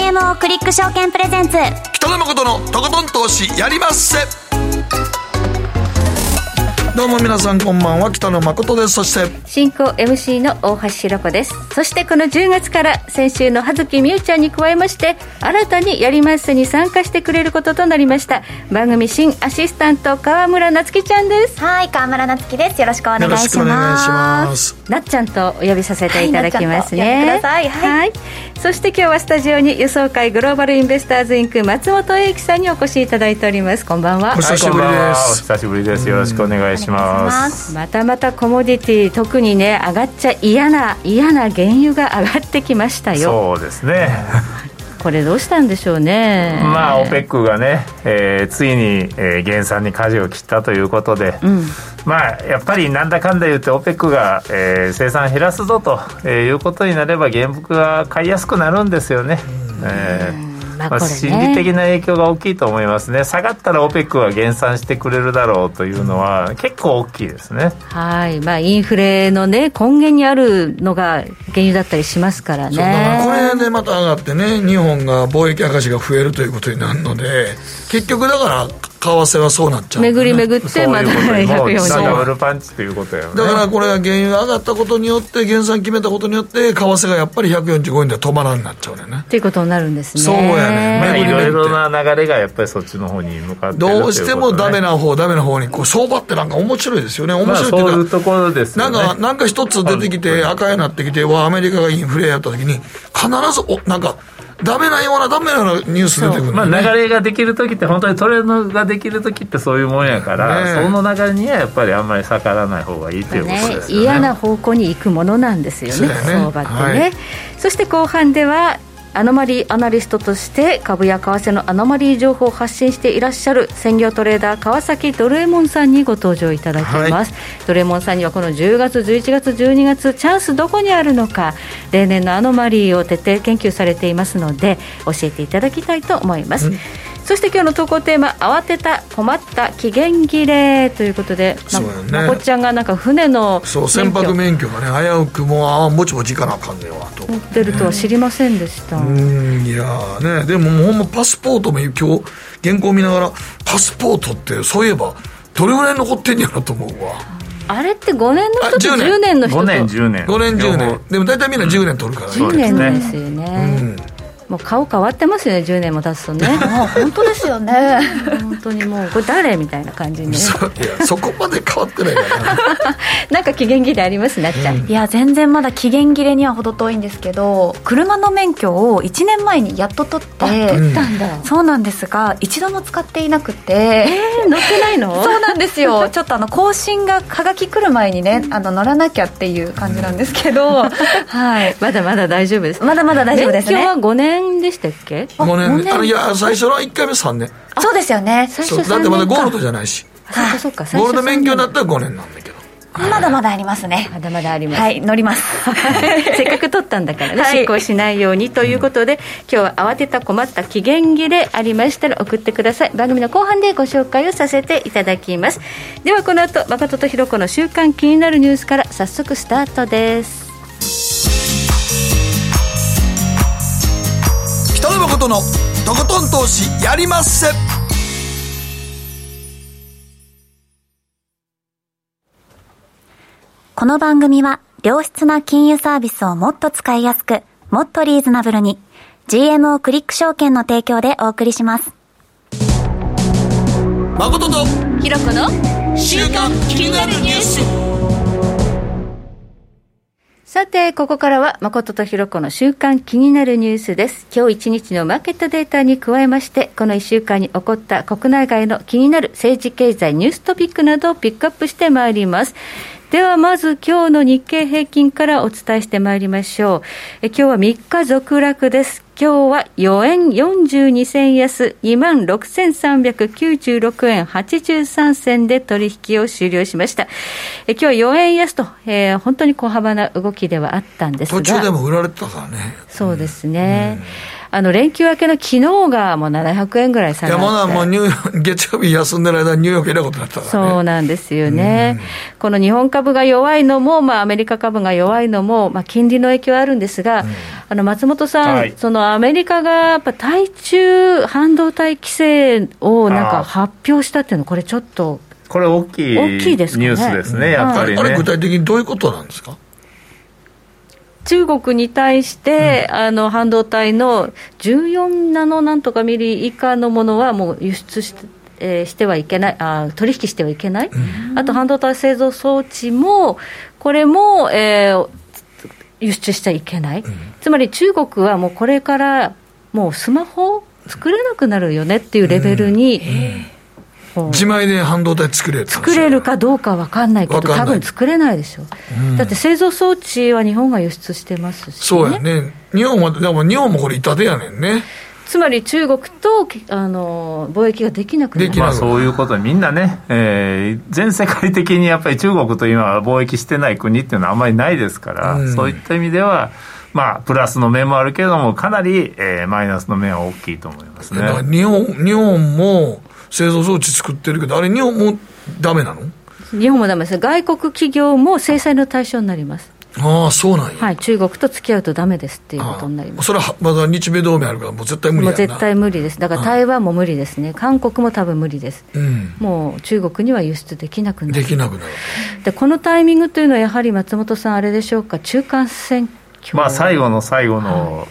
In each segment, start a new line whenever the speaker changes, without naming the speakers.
GMO クリック証券プレゼンツ
北野誠のとことん投資やりまっせ。どうも皆さんこんばんは、北野誠です。そして
進行 MC の大橋ひろ子です。そしてこの10月から先週の葉月美優ちゃんに加えまして新たにやりまっせに参加してくれることとなりました番組新アシスタント川村夏樹ちゃんです。
はい、川村夏樹です。よろしくお願いします。
よろしくお願いします。
なっちゃんとお呼びさせていただきますね、
はい、なっちゃんと呼んでください。はい、
はい、そして今日はスタジオに予想会グローバルインベスターズインク松本英樹さんにお越しいただいております。こんばんは。
お久しぶりです。
お久しぶりです。よろしくお願いします。
またまたコモディティ特にね上がっちゃ嫌な原油が上がってきましたよ。
そうですね
これどうしたんでしょうね。
まあ OPEC がね、ついに、減産に舵を切ったということで、まあやっぱりなんだかんだ言って OPEC が、生産減らすぞと、いうことになれば原木が買いやすくなるんですよね。心理的な影響が大きいと思いますね。下がったら OPEC は減産してくれるだろうというのは結構大きいですね。
はい、まあ、インフレの、ね、根源にあるのが原油だったりしますからね。
そうだからこれでまた上がってね、日本が貿易赤字が増えるということになるので、結局だから為替はそうなっちゃう、ね、
巡り巡ってまだ
ダブルパンチということやよね。
だからこれが原油が上がったことによって減産決めたことによって為替がやっぱり145円で止まらんなっちゃうね
っていうことになるんですね。
そうやね、
まあ、いろいろな流れがやっぱりそっちの方に向かってるということ、ね、
どうしてもダメな方にこう相場ってなんか面白いですよね。面白いっていうか、
そういうところですよね。
なんか一つ出てきて赤になってきてアメリカがインフレやった時に必ずなんかダメなようなニュース出てくる、ね。
まあ、流れができるときって本当にトレンドができるときってそういうもんやから、その流れにはやっぱりあんまり逆らわない方がいいということですよね。
嫌な方向に行くものなんですよね、相場ってね、はい、そして後半ではアノマリーアナリストとして株や為替のアノマリー情報を発信していらっしゃる専業トレーダー川崎ドルエモンさんにご登場いただきます、はい、ドルエモンさんにはこの10月11月12月チャンスどこにあるのか例年のアノマリーを徹底研究されていますので教えていただきたいと思います、そして今日の投稿テーマ慌てた困った期限切れということで、まこっちゃんがなんか船の
船舶免許がね危うくもうぼちぼち行かなあかんねんわと
持ってるとは知りませんでした、
いやね、でももうほんまパスポートも今日原稿見ながらパスポートってそういえばどれぐらい残ってんやろと思うわ。
あれって5年の人と10年の人と
5年10年
でも大体みんな10年取るからね、
10年ですよね、もう顔変わってますよね、10年も経つとね
本当ですよね
本当にもうこれ誰みたいな感じに、ね、
いやそこまで変わってないから
なんか期限切れありますなっちゃん、
いや全然まだ期限切れには程遠いんですけど車の免許を1年前にやっと取って
たんだ、
そうなんですが一度も使っていなくて
乗ってないの
そうなんですよちょっと更新がはがき来る前にね乗らなきゃっていう感じなんですけど、はい、
まだまだ大丈夫です。
まだまだ大丈夫ですね。
免許は5年でしたっけ
5年いや最初の1回目3年
そうですよね。
最初3年だってまだゴールドじゃないし、
そうか
ゴールド免許だったら5年なんだけど
まだまだありますね。
まだまだあります。
はい、乗ります。
せっかく取ったんだからね、執行しないようにということで、今日は慌てた困った期限切れありましたら送ってください。番組の後半でご紹介をさせていただきます。ではこの後誠とひろ子の週刊気になるニュースから早速スタートです。
北野誠のとことん投資やりまっせ。
この番組は良質な金融サービスをもっと使いやすくもっとリーズナブルに GMO クリック証券の提供でお送りします。
誠と
ひろ子の
週刊気になるニュース。
さてここからは誠とひろ子の週刊気になるニュースです。今日一日のマーケットデータに加えましてこの1週間に起こった国内外の気になる政治経済ニューストピックなどをピックアップしてまいります。ではまず今日の日経平均からお伝えしてまいりましょう。今日は3日続落です。今日は4円42銭安 26,396 円83銭で取引を終了しました。今日は4円安と、本当に小幅な動きではあったんですが
途中でも売られてたからね。
そうですね、連休明けの昨日がもう700円ぐらい下がって、
いやまだもう月曜日休んでる間にニューヨークえらいことになったからね。
そうなんですよね、この日本株が弱いのも、アメリカ株が弱いのも、金利の影響はあるんですが、 松本さん、
はい、
そのアメリカがやっぱ対中半導体規制をなんか発表したっていうの、これちょっと
これ大きい
ですかね、
ニュースですね、やっぱりね。
あれ具体的にどういうことなんですか？
中国に対して、半導体の14ナノなんとかミリ以下のものはもう輸出してはいけない、取引してはいけない、あと半導体製造装置もこれも、輸出しちゃいけない、つまり中国はもうこれからもうスマホ作れなくなるよねっていうレベルに、
自前で半導体作れ
るかどうか分かんないけど、多分作れないでしょ、だって製造装置は日本が輸出してますし、ね、
そうやね、日本もこれ痛手やねんね。
つまり中国と貿易ができなくなる、
そういうことでみんなね、全世界的にやっぱり中国と今は貿易してない国っていうのはあんまりないですから、そういった意味ではプラスの面もあるけれどもかなり、マイナスの面は大きいと思いますね。
日本も製造装置作ってるけど、あれ日本もダメなの？
日本もダメです。外国企業も制裁の対象になります。
ああ、そうなんや。
はい、中国と付き合うとダメですっていうことになります。
それはまだ日米同盟あるからもう絶対無理やな。
もう絶対無理です。だから台湾も無理ですね。韓国も多分無理です、もう中国には輸出できなくなる。でこのタイミングというのはやはり松本さんあれでしょうか、中間選挙、
最後の最後の、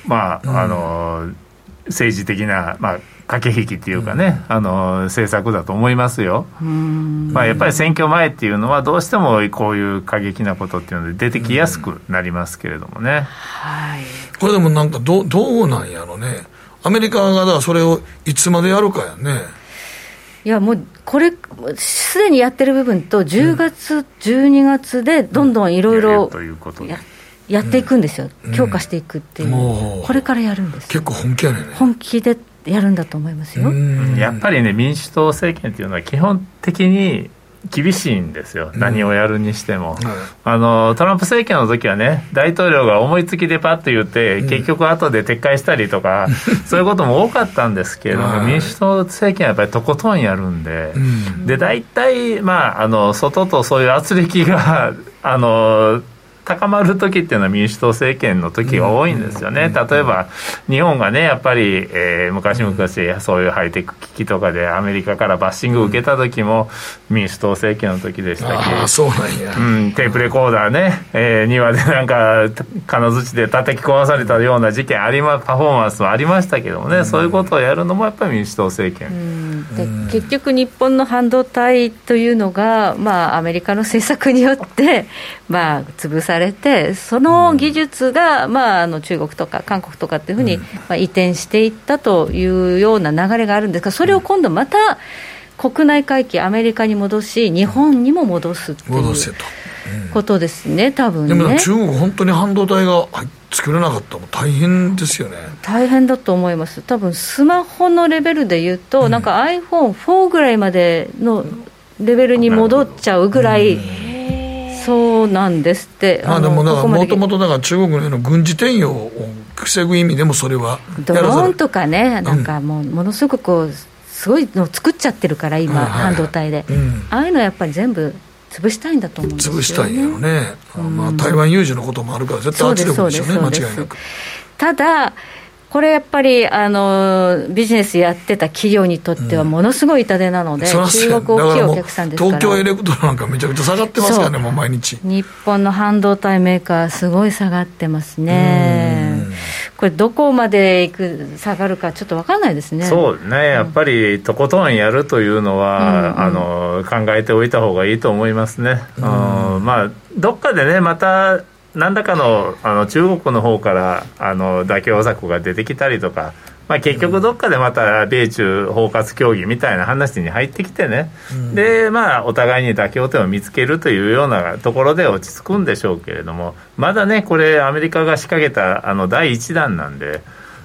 政治的な、駆け引きっていうかね、政策だと思いますよ。やっぱり選挙前っていうのはどうしてもこういう過激なことっていうので出てきやすくなりますけれどもね。
これでもなんかどうなんやろね。アメリカがだからそれをいつまでやるかやね。
いやもうこれすでにやってる部分と10月、12月でどんどんいろいろやっていくんですよ、強化していくっていう、これからやるんです。
結構本気やねんね。
本気でやるんだと思いますよ。
やっぱりね、民主党政権っていうのは基本的に厳しいんですよ、何をやるにしても、トランプ政権の時はね、大統領が思いつきでパッと言って、結局後で撤回したりとかそういうことも多かったんですけれども、民主党政権はやっぱりとことんやるんで、で大体、外とそういう圧力が高まる時っていうのは民主党政権の時が多いんですよね。例えば日本がね、やっぱり、昔々そういうハイテク機器とかでアメリカからバッシングを受けた時も民主党政権の時でしたけど、
そうなんや、
テープレコーダーね、庭でなんか金槌で叩き壊されたような事件パフォーマンスはありましたけどもね、そういうことをやるのもやっぱり民主党政権、
で結局日本の半導体というのが、アメリカの政策によって潰されて、その技術が、中国とか韓国とかっていうふうに、移転していったというような流れがあるんですが、それを今度また国内回帰アメリカに戻し日本にも戻すっていうことですね、多分ね。
でも中国本当に半導体が作れなかったら大変ですよね。
大変だと思います。多分スマホのレベルで言うと、なんか iPhone4 ぐらいまでのレベルに戻っちゃうぐらい、そうなんですって。
でもだからもともと中国の軍事転用を防ぐ意味でもそれは
ドローンとかね、なんかものすごくすごいのを作っちゃってるから今、半導体で、ああいうのやっぱり全部潰したいんだと思うんですよね。
潰したいんやろね、台湾有事のこともあるから絶対圧力でしょうね、間違いなく。た
だこれやっぱりビジネスやってた企業にとってはものすごい痛手なので、中国大きいお客さんですから。
東京エレクトロなんかめちゃくちゃ下がってますからね、もう毎日。
日本の半導体メーカーすごい下がってますね。これどこまで下がるかちょっと分かんないですね。
そうね、やっぱりとことんやるというのは、考えておいた方がいいと思いますね。どっかでね、また何らかの中国の方から妥協策が出てきたりとか、結局どっかでまた米中包括協議みたいな話に入ってきてね、でお互いに妥協点を見つけるというようなところで落ち着くんでしょうけれども、まだねこれアメリカが仕掛けた第一弾なんで、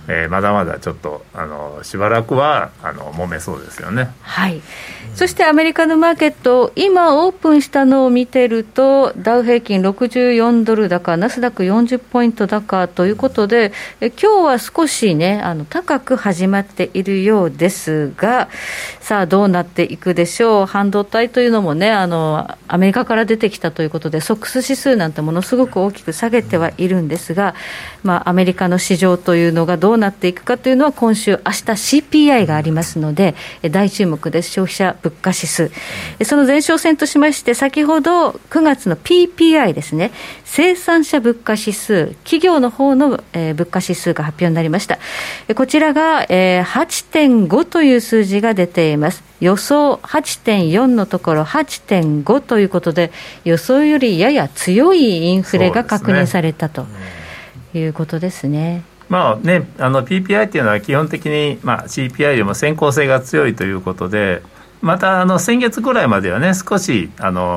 まだまだちょっとしばらくは揉めそうですよね。
はい。そしてアメリカのマーケット、今オープンしたのを見てると、ダウ平均64ドル高、ナスダック40ポイント高ということで、今日は少しね高く始まっているようですが、さあどうなっていくでしょう。半導体というのもねアメリカから出てきたということで、ソックス指数なんてものすごく大きく下げてはいるんですが、アメリカの市場というのがどうなっていくかというのは、今週明日 CPI がありますので大注目です。消費者物価指数、その前哨戦としまして、先ほど9月の PPI ですね、生産者物価指数、企業の方の、物価指数が発表になりました。こちらが、8.5 という数字が出ています。予想 8.4 のところ 8.5 ということで、予想よりやや強いインフレが確認されたということですね。
PPI っていうのは基本的に、CPI よりも先行性が強いということで、また先月ぐらいまではね、少し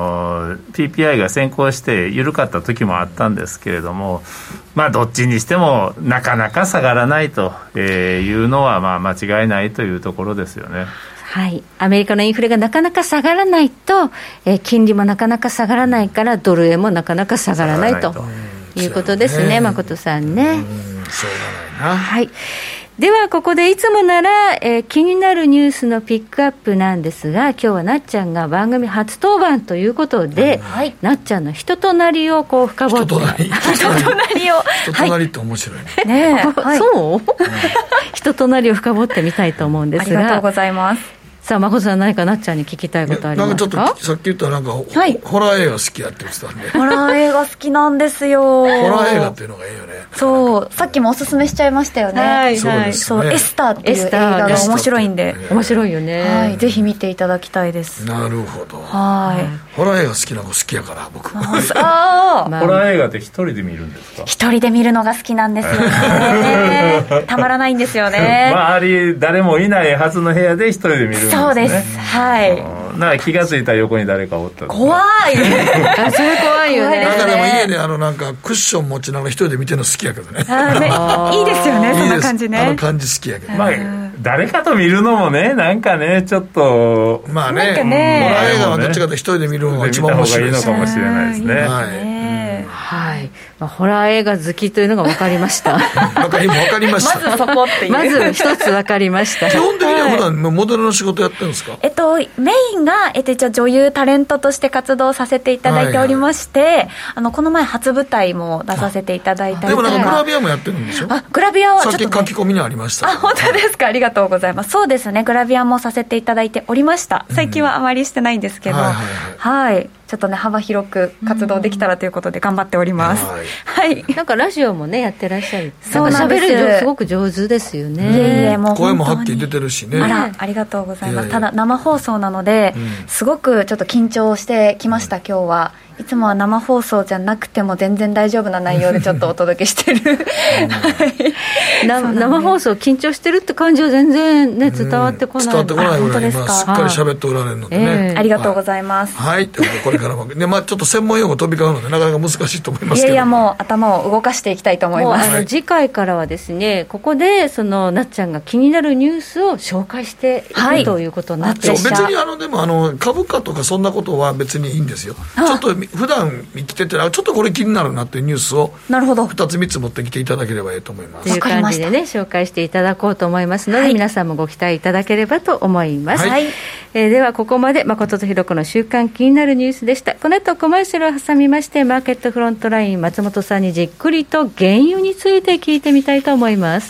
PPI が先行して緩かった時もあったんですけれども、どっちにしてもなかなか下がらないというのは間違いないというところですよね。
はい、アメリカのインフレがなかなか下がらないと、金利もなかなか下がらないから、ドル円もなかなか下がらないということですね、誠さんね。
しょうがないな。
はい。ではここでいつもなら、気になるニュースのピックアップなんですが、今日はなっちゃんが番組初登板ということで、なっちゃんの人となりをこう深掘って、人となり
って面白い
ね。ねえ、そう、人となりを深掘ってみたいと思うんですが、
ありがとうございます。
さあ、誠さん何かなっちゃんに聞きたいことありますか？
ちょっとさっき言ったホラー映画好きやって言ってたんで。
ホラー映画好きなんですよ。
ホラー映画っていうのがいいよね。
そう、さっきもおすすめしちゃいましたよね。
はい、
そうですね。
エスターっていう映画が面白いんで、
面白いよね。
はい、ぜひ見ていただきたいです。
なるほど。
はい。
ホラー映画好きな子好きやから僕。
ホラー映画って一人で見るんですか？
一人で見るのが好きなんですよね。たまらないんですよね。
周り誰もいないはずの部屋で一人で見るんですね。
そうです。はい。
なんか気がついたら横に誰かおった。
怖い。それ怖いよね。
なんかでも家でなんかクッション持ちながら一人で見てるの好きやけどね。
いいですよね、そんな感じね。
感じ好きやけど。
誰かと見るのもね、なんかね、ちょっと
ホラー映画はどっちかと一人で見るのが一番面白い
のかもしれないですね。
はい。ホラー映画好きというのが分かりました。
分かりました。
まずそこっていう。
まず一つ分かりました。
基本的には普段モデルの仕事やってるんですか？
メインが、一応女優タレントとして活動させていただいておりまして、この前初舞台も出させていただいたりとか。
でもグラビアもやってるんでしょ？
グラビアはちょっと、
さっき書き込みにありました。
本当ですか？ありがとうございます。そうですね、グラビアもさせていただいておりました。最近はあまりしてないんですけど、はい。ちょっとね、幅広く活動できたらということで頑張っております。はい。
なんかラジオもね、やってらっしゃる。そうなんです。喋るすごく上手ですよね。
いえいえ、もう
声もはっきり出てるしね。
ありがとうございます。ただ生放送なので、すごくちょっと緊張してきました、今日は。いつもは生放送じゃなくても全然大丈夫な内容でちょっとお届けしてる。
生放送緊張してるって感じは全然ね、伝わってこない。
伝わってこないぐらい今しっかり喋っておられるのでね。
ありがとうございます。
はい。ということでこれからもね、ちょっと専門用語飛び交うのでなかなか難しいと思いますけど。
いやいや、もう頭を動かしていきたいと思います。
次回からはですね、ここでなっちゃんが気になるニュースを紹介していくということになってました。
別にでも株価とかそんなことは別にいいんですよ。ちょっと普段来ててちょっとこれ気になるなっていうニュースを2つ3つ持ってきていただければいいと思います。
という感じでね、紹介していただこうと思いますので、皆さんもご期待いただければと思います。ではここまで誠とひろ子の週刊気になるニュースでした。この後コマーシャルを挟みまして、マーケットフロントライン松本さんにじっくりと原油について聞いてみたいと思います。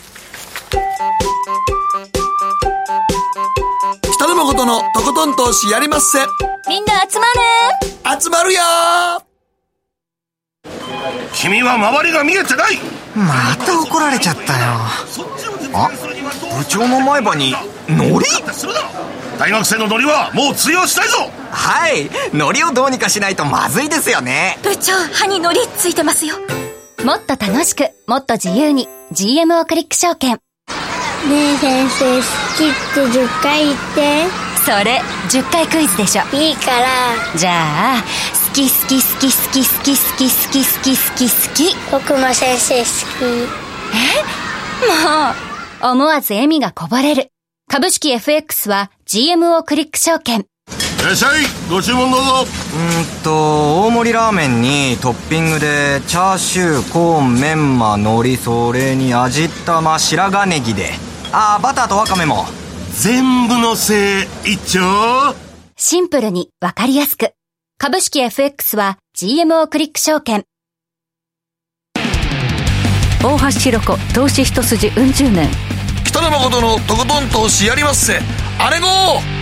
北野誠のとことん投資やりまっせ。
みんな集ま
るよ。
君は周りが見えてない。
また怒られちゃったよ。あ、部長の前歯にノリ。
大学生のノリはもう通用したいぞ。
はい、ノリをどうにかしないとまずいですよね。
部長、歯にノリついてますよ。もっと楽しく、もっと自由に GMO クリック証券。
ねえ先生、好きって10回言って。
それ10回クイズでしょ。
いいから。
じゃあ、好き好き好き好き好き好き好き好き好き好き。
僕も先生好き。
もう思わず笑みがこぼれる。株式 FX は GMO クリック証券。
いらっしゃい、ご注文どうぞ。
大盛りラーメンにトッピングでチャーシュー、コーン、メンマ、海苔、それに味玉、白髪ネギで、バターとワカメも
全部のせい一丁。
シンプルにわかりやすく。株式 FX は GMO クリック証券。
大橋ひろ子投資一筋うん十年。
北野誠のとことん投資やりまっせ。あれごー。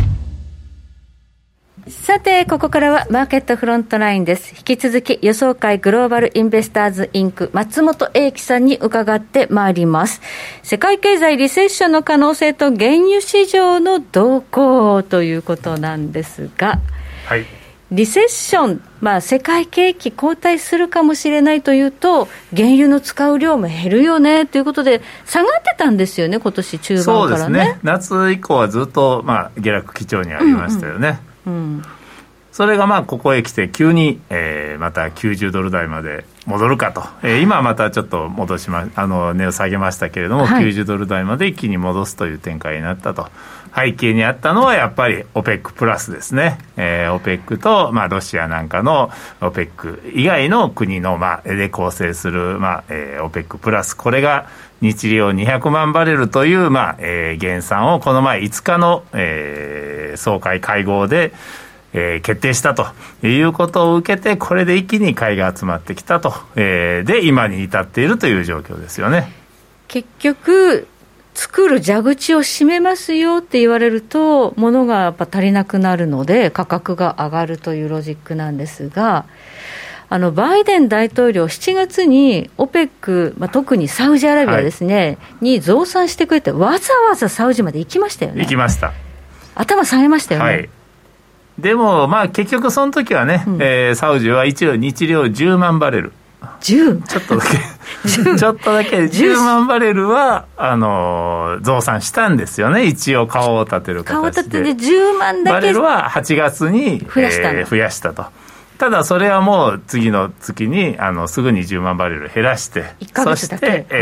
さてここからはマーケットフロントラインです。引き続き予想会グローバルインベスターズインク松本英樹さんに伺ってまいります。世界経済リセッションの可能性と原油市場の動向ということなんですが、
はい、
リセッション、世界景気後退するかもしれないというと原油の使う量も減るよねということで下がってたんですよね、今年中盤からね。
そうですね、夏以降はずっと、下落基調にありましたよね、それがここへ来て急に、また90ドル台まで戻るかと、今はまたちょっと値を下げましたけれども、90ドル台まで一気に戻すという展開になったと。背景にあったのはやっぱり OPEC プラスですね、OPEC と、ロシアなんかの OPEC 以外の国の、で構成する、OPEC プラス、これが日量200万バレルという、減産をこの前5日の、総会会合で決定したということを受けて、これで一気に買いが集まってきたと、で今に至っているという状況ですよね。
結局作る蛇口を閉めますよって言われると物がやっぱ足りなくなるので価格が上がるというロジックなんですが、バイデン大統領7月に OPEC、特にサウジアラビアですね、に増産してくれてわざわざサウジまで行きましたよね。
行きました。
頭下げましたよね、
はい。でも結局その時はね、サウジは日量10万バレル
10
ちょっとだけちょっとだけ10万バレルは増産したんですよね。一応顔を立てる形で
顔を立てて10万だけ
バレルは8月に増やしたと。ただそれはもう次の月にすぐに10万バレル減らして
1ヶ月だけ、
そして、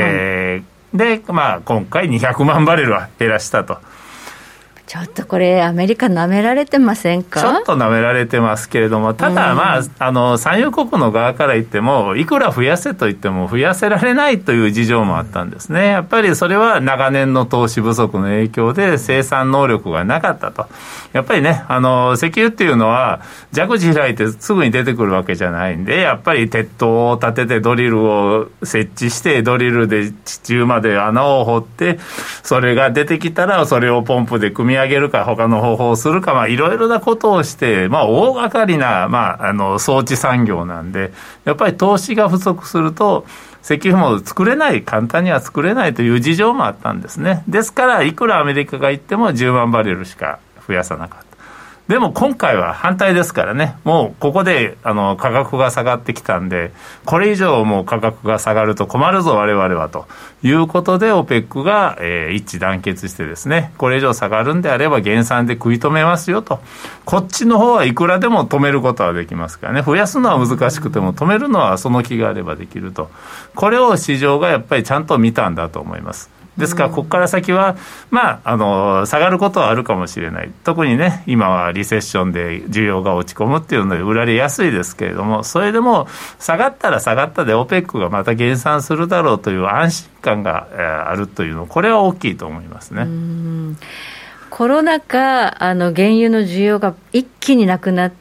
で今回200万バレルは減らしたと。
ちょっとこれアメリカ舐められてませんか。
ちょっと舐められてますけれども、ただ産油国の側から言ってもいくら増やせと言っても増やせられないという事情もあったんですね。やっぱりそれは長年の投資不足の影響で生産能力がなかったと。やっぱりね、石油っていうのは蛇口開いてすぐに出てくるわけじゃないんで、やっぱり鉄塔を立ててドリルを設置してドリルで地中まで穴を掘って、それが出てきたらそれをポンプで組み上げるか他の方法をするか、いろいろなことをして、大掛かりな、装置産業なんで、やっぱり投資が不足すると石油も作れない、簡単には作れないという事情もあったんですね。ですからいくらアメリカが言っても10万バレルしか増やさなかった。でも今回は反対ですからね、もうここで価格が下がってきたんで、これ以上もう価格が下がると困るぞ我々はということで OPEC が、一致団結してですね、これ以上下がるんであれば減産で食い止めますよと。こっちの方はいくらでも止めることはできますからね、増やすのは難しくても止めるのはその気があればできると。これを市場がやっぱりちゃんと見たんだと思います。ですからここから先は、下がることはあるかもしれない。特にね、今はリセッションで需要が落ち込むっていうので売られやすいですけれども、それでも下がったら下がったで OPEC がまた減産するだろうという安心感があるというの、これは大きいと思いますね。
コロナ禍原油の需要が一気になくなって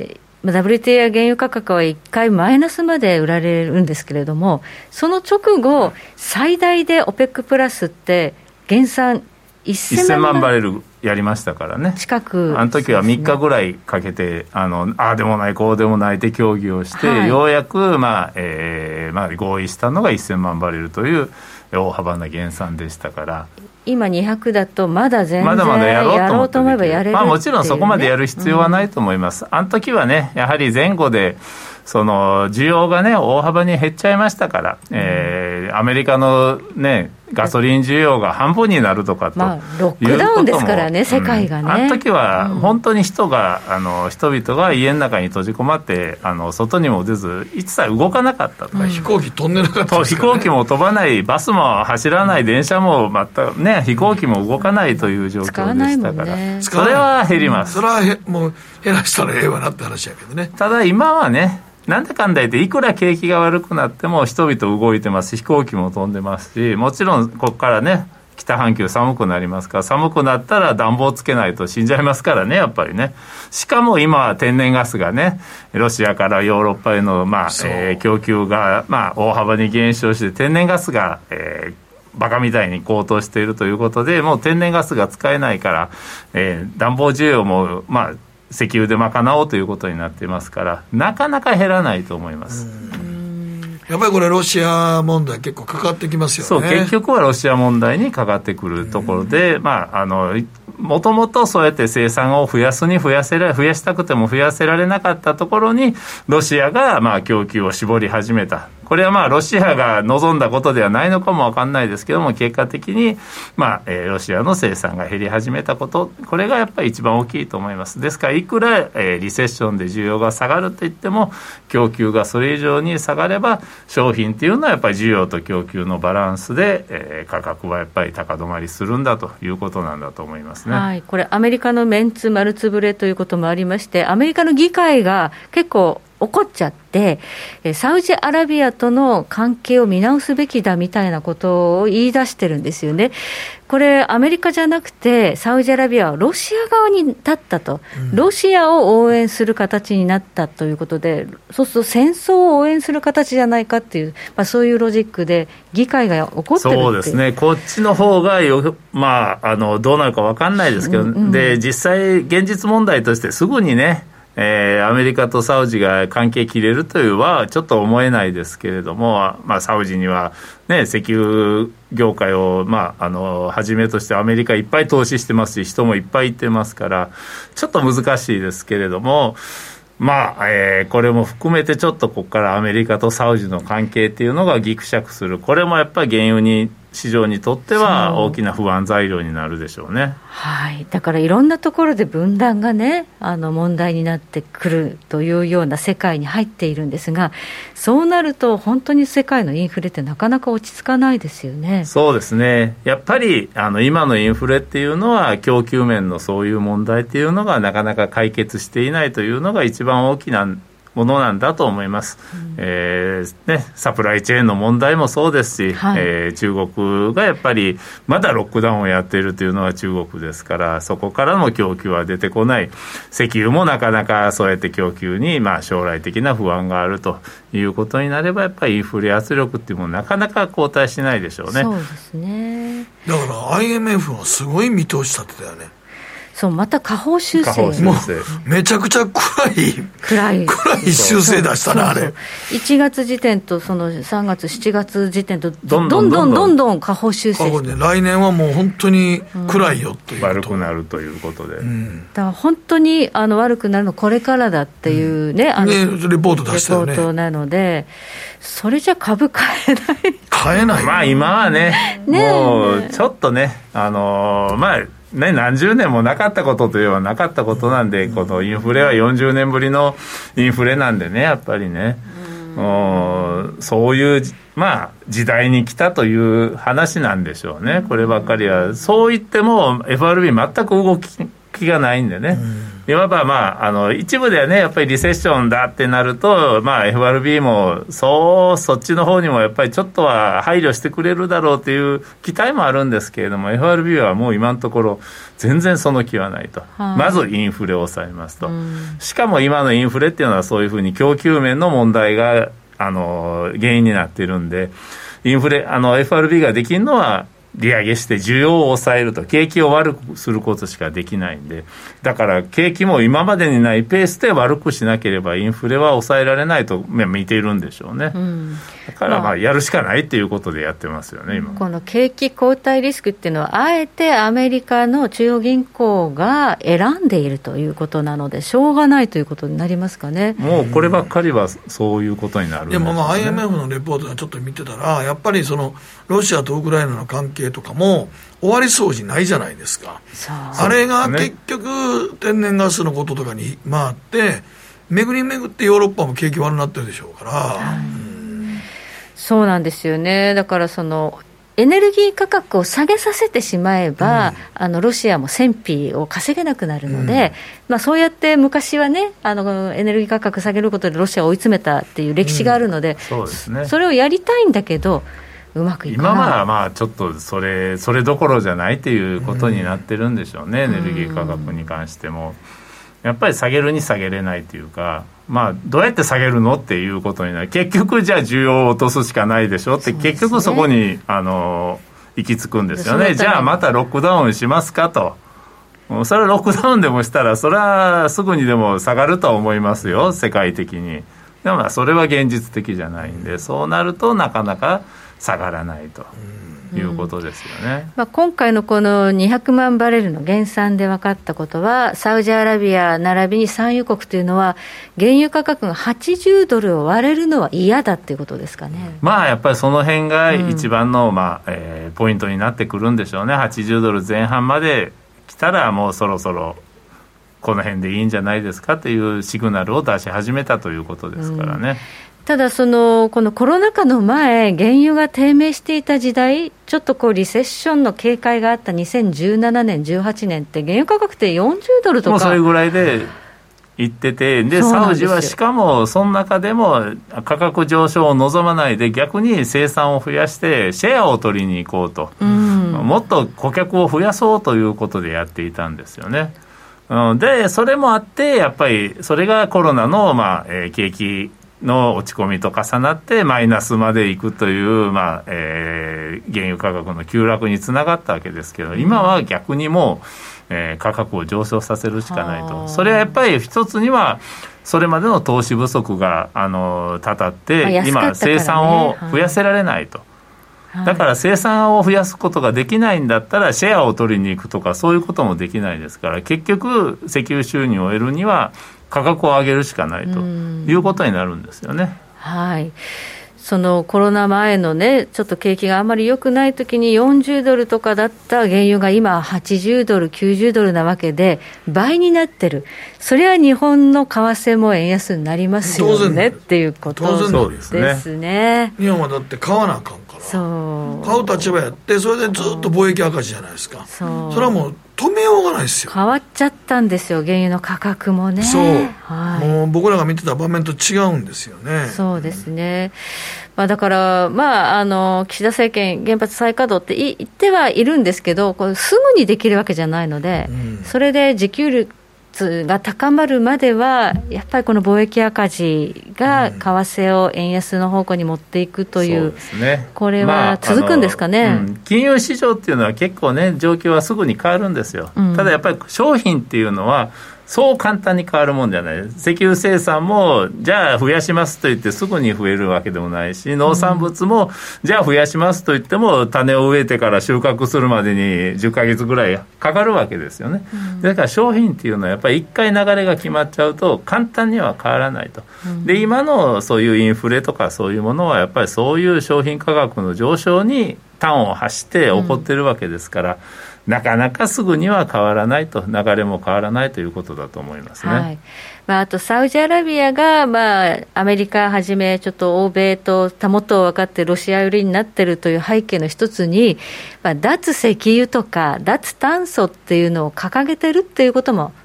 、WTI や原油価格は1回マイナスまで売られるんですけれども、その直後最大で OPEC プラスって減産1000万バレル
やりましたからね。
近く
あの時は3日ぐらいかけてああでもないこうでもないって協議をして、ようやく、合意したのが1000万バレルという大幅な減産でしたから、
今200だとまだ全然
まだや
ろうと思えばやれるっていう、
もちろんそこまでやる必要はないと思います、あの時はね、やはり前後でその需要がね大幅に減っちゃいましたから、 アメリカのねガソリン需要が半分になるとかということも、
ロックダウンですからね、世界がね。
あの時は本当に人々が家の中に閉じこまって外にも出ず一切動かなかったと、
飛行機飛んでなかったです
からね。飛行機も飛ばない、バスも走らない、電車も全くね、飛行機も動かないという状況でしたから、それは減ります。
それはもう減らしたらええわなって話やけどね。
ただ今はね、なんだかんだ言っていくら景気が悪くなっても人々動いてます。飛行機も飛んでますし、もちろんここからね北半球寒くなりますから、寒くなったら暖房つけないと死んじゃいますからね、やっぱりね。しかも今は天然ガスがねロシアからヨーロッパへの、供給が、大幅に減少して天然ガスが、バカみたいに高騰しているということで、もう天然ガスが使えないから、暖房需要も石油で賄おうということになっていますから、なかなか減らないと思います。
やっぱりこれロシア問題結構かかってきますよね。
そう、結局はロシア問題にかかってくるところで、もともとそうやって生産を増やしたくても増やせられなかったところにロシアが供給を絞り始めた。これはロシアが望んだことではないのかも分かんないですけども、結果的にロシアの生産が減り始めたこと、これがやっぱり一番大きいと思います。ですからいくらリセッションで需要が下がるといっても、供給がそれ以上に下がれば商品っていうのはやっぱり需要と供給のバランスで、価格はやっぱり高止まりするんだということなんだと思いますね。
はい、これアメリカのメンツ丸つぶれということもありまして、アメリカの議会が結構怒っちゃって、サウジアラビアとの関係を見直すべきだみたいなことを言い出してるんですよね。これアメリカじゃなくてサウジアラビアはロシア側に立ったと、ロシアを応援する形になったということで、そうすると戦争を応援する形じゃないかっていう、そういうロジックで議会が怒ってるっていう。
そうですね、こっちの方がどうなるか分かんないですけど、で実際現実問題としてすぐにねアメリカとサウジが関係切れるというはちょっと思えないですけれども、サウジには、石油業界を、はじめとしてアメリカいっぱい投資してますし、人もいっぱい行ってますから、ちょっと難しいですけれども、これも含めてちょっとここからアメリカとサウジの関係っていうのがぎくしゃくする。これもやっぱり原油市場にとっては大きな不安材料になるでしょうね。
はい、だからいろんなところで分断がね問題になってくるというような世界に入っているんですが、そうなると本当に世界のインフレってなかなか落ち着かないですよね。
そうですね、やっぱり今のインフレっていうのは供給面のそういう問題っていうのがなかなか解決していないというのが一番大きなものなんだと思います。サプライチェーンの問題もそうですし、中国がやっぱりまだロックダウンをやっているというのは中国ですから、そこからの供給は出てこない。石油もなかなかそうやって供給に将来的な不安があるということになれば、やっぱりインフレ圧力っていうのもなかなか後退しないでしょうね。
そうですね。
だから IMF はすごい見通し立てたよね。
そう、また下方修正
もうめちゃくちゃ暗い修正出したな、あれ。
1月時点とその3月7月時点とどんどん下方修正して、
来年はもう本当に暗いよっていう、
悪くなるということで、
だから本当に悪くなるのこれからだっていうね、
レポート出したよね。
レポートなので、それじゃ株買
えない
今はねもうちょっとね何十年もなかったことといえばなかったことなんで、このインフレは40年ぶりのインフレなんでね、やっぱりね、そういう時代に来たという話なんでしょうね。こればっかりはそう言っても FRB 全く動きがないんでね、いわば一部ではね、やっぱりリセッションだってなると、FRB もそっちの方にもやっぱりちょっとは配慮してくれるだろうという期待もあるんですけれども、 FRB はもう今のところ全然その気はないと、まずインフレを抑えますと、しかも今のインフレっていうのはそういうふうに供給面の問題が原因になっているんで、インフレFRB ができるのは利上げして需要を抑えると、景気を悪くすることしかできないんで、だから景気も今までにないペースで悪くしなければインフレは抑えられないと見ているんでしょうね、だからやるしかないっていうことでやってますよね今。
この景気後退リスクっていうのはあえてアメリカの中央銀行が選んでいるということなのでしょうがないということになりますかね。
もうこればっかりはそういうことになるんです、ね、
でもIMF のレポートがちょっと見てたらやっぱりそのロシアとウクライナの関係とかも終わりそうにないじゃないですか。あれが結局天然ガスのこととかに回って巡り巡ってヨーロッパも景気悪くなってるでしょうから、
そうなんですよね。だからそのエネルギー価格を下げさせてしまえば、ロシアも戦費を稼げなくなるので、そうやって昔はねエネルギー価格下げることでロシアを追い詰めたっていう歴史があるので、
そうですね、
それをやりたいんだけどうまくいかない。
今はちょっとそれどころじゃないということになってるんでしょうね、エネルギー価格に関しても。やっぱり下げるに下げれないというか、どうやって下げるのっていうことになる。結局じゃあ需要を落とすしかないでしょって、結局そこに行き着くんですよね。じゃあまたロックダウンしますかと。それはロックダウンでもしたらそれはすぐにでも下がるとは思いますよ、世界的に。でもそれは現実的じゃないんで、そうなるとなかなか下がらないということですよね。
今回のこの200万バレルの減産で分かったことは、サウジアラビア並びに産油国というのは原油価格が80ドルを割れるのは嫌だっていうことですかね。
やっぱりその辺が一番の、ポイントになってくるんでしょうね。80ドル前半まで来たらもうそろそろこの辺でいいんじゃないですかというシグナルを出し始めたということですからね。
ただこのコロナ禍の前、原油が低迷していた時代、ちょっとリセッションの警戒があった2017年18年って原油価格って40ドルとか
もうそれぐらいで言ってて、でサウジはしかもその中でも価格上昇を望まないで逆に生産を増やしてシェアを取りに行こうと、もっと顧客を増やそうということでやっていたんですよね。でそれもあってやっぱりそれがコロナの、景気の落ち込みと重なってマイナスまでいくという、原油価格の急落につながったわけですけど、今は逆にもう、価格を上昇させるしかないと。それはやっぱり一つにはそれまでの投資不足がたたって、今生産を増やせられないと、だから生産を増やすことができないんだったらシェアを取りに行くとかそういうこともできないですから、結局石油収入を得るには価格を上げるしかないということになるんですよね。
そのコロナ前のね、ちょっと景気があまり良くない時に40ドルとかだった原油が今80ドル90ドルなわけで倍になってる。それは日本の為替も円安になりますよねっていうことですね。
日本はだって買わなあかんから、買う立場やって、それでずっと貿易赤字じゃないですか。それはもう止めようがないですよ。
変わっちゃったんですよ、原油の価格もね。
もう僕らが見てた場面と違うんですよね。
そうですね。だから岸田政権原発再稼働って言ってはいるんですけど、これすぐにできるわけじゃないので、それで自給率が高まるまではやっぱりこの貿易赤字が為替を円安の方向に持っていくという、
そうですね、
これは続くんですかね。
金融市場っていうのは結構ね状況はすぐに変わるんですよ、ただやっぱり商品っていうのはそう簡単に変わるもんじゃない。石油生産もじゃあ増やしますと言ってすぐに増えるわけでもないし、農産物もじゃあ増やしますと言っても種を植えてから収穫するまでに10ヶ月ぐらいかかるわけですよね、だから商品っていうのはやっぱり一回流れが決まっちゃうと簡単には変わらないと、で今のそういうインフレとかそういうものはやっぱりそういう商品価格の上昇に端を発して起こってるわけですから、なかなかすぐには変わらないと、流れも変わらないということだと思いますね。
あとサウジアラビアが、アメリカはじめちょっと欧米とたもとを分かってロシア寄りになっているという背景の一つに、脱石油とか脱炭素っていうのを掲げてるっていうことも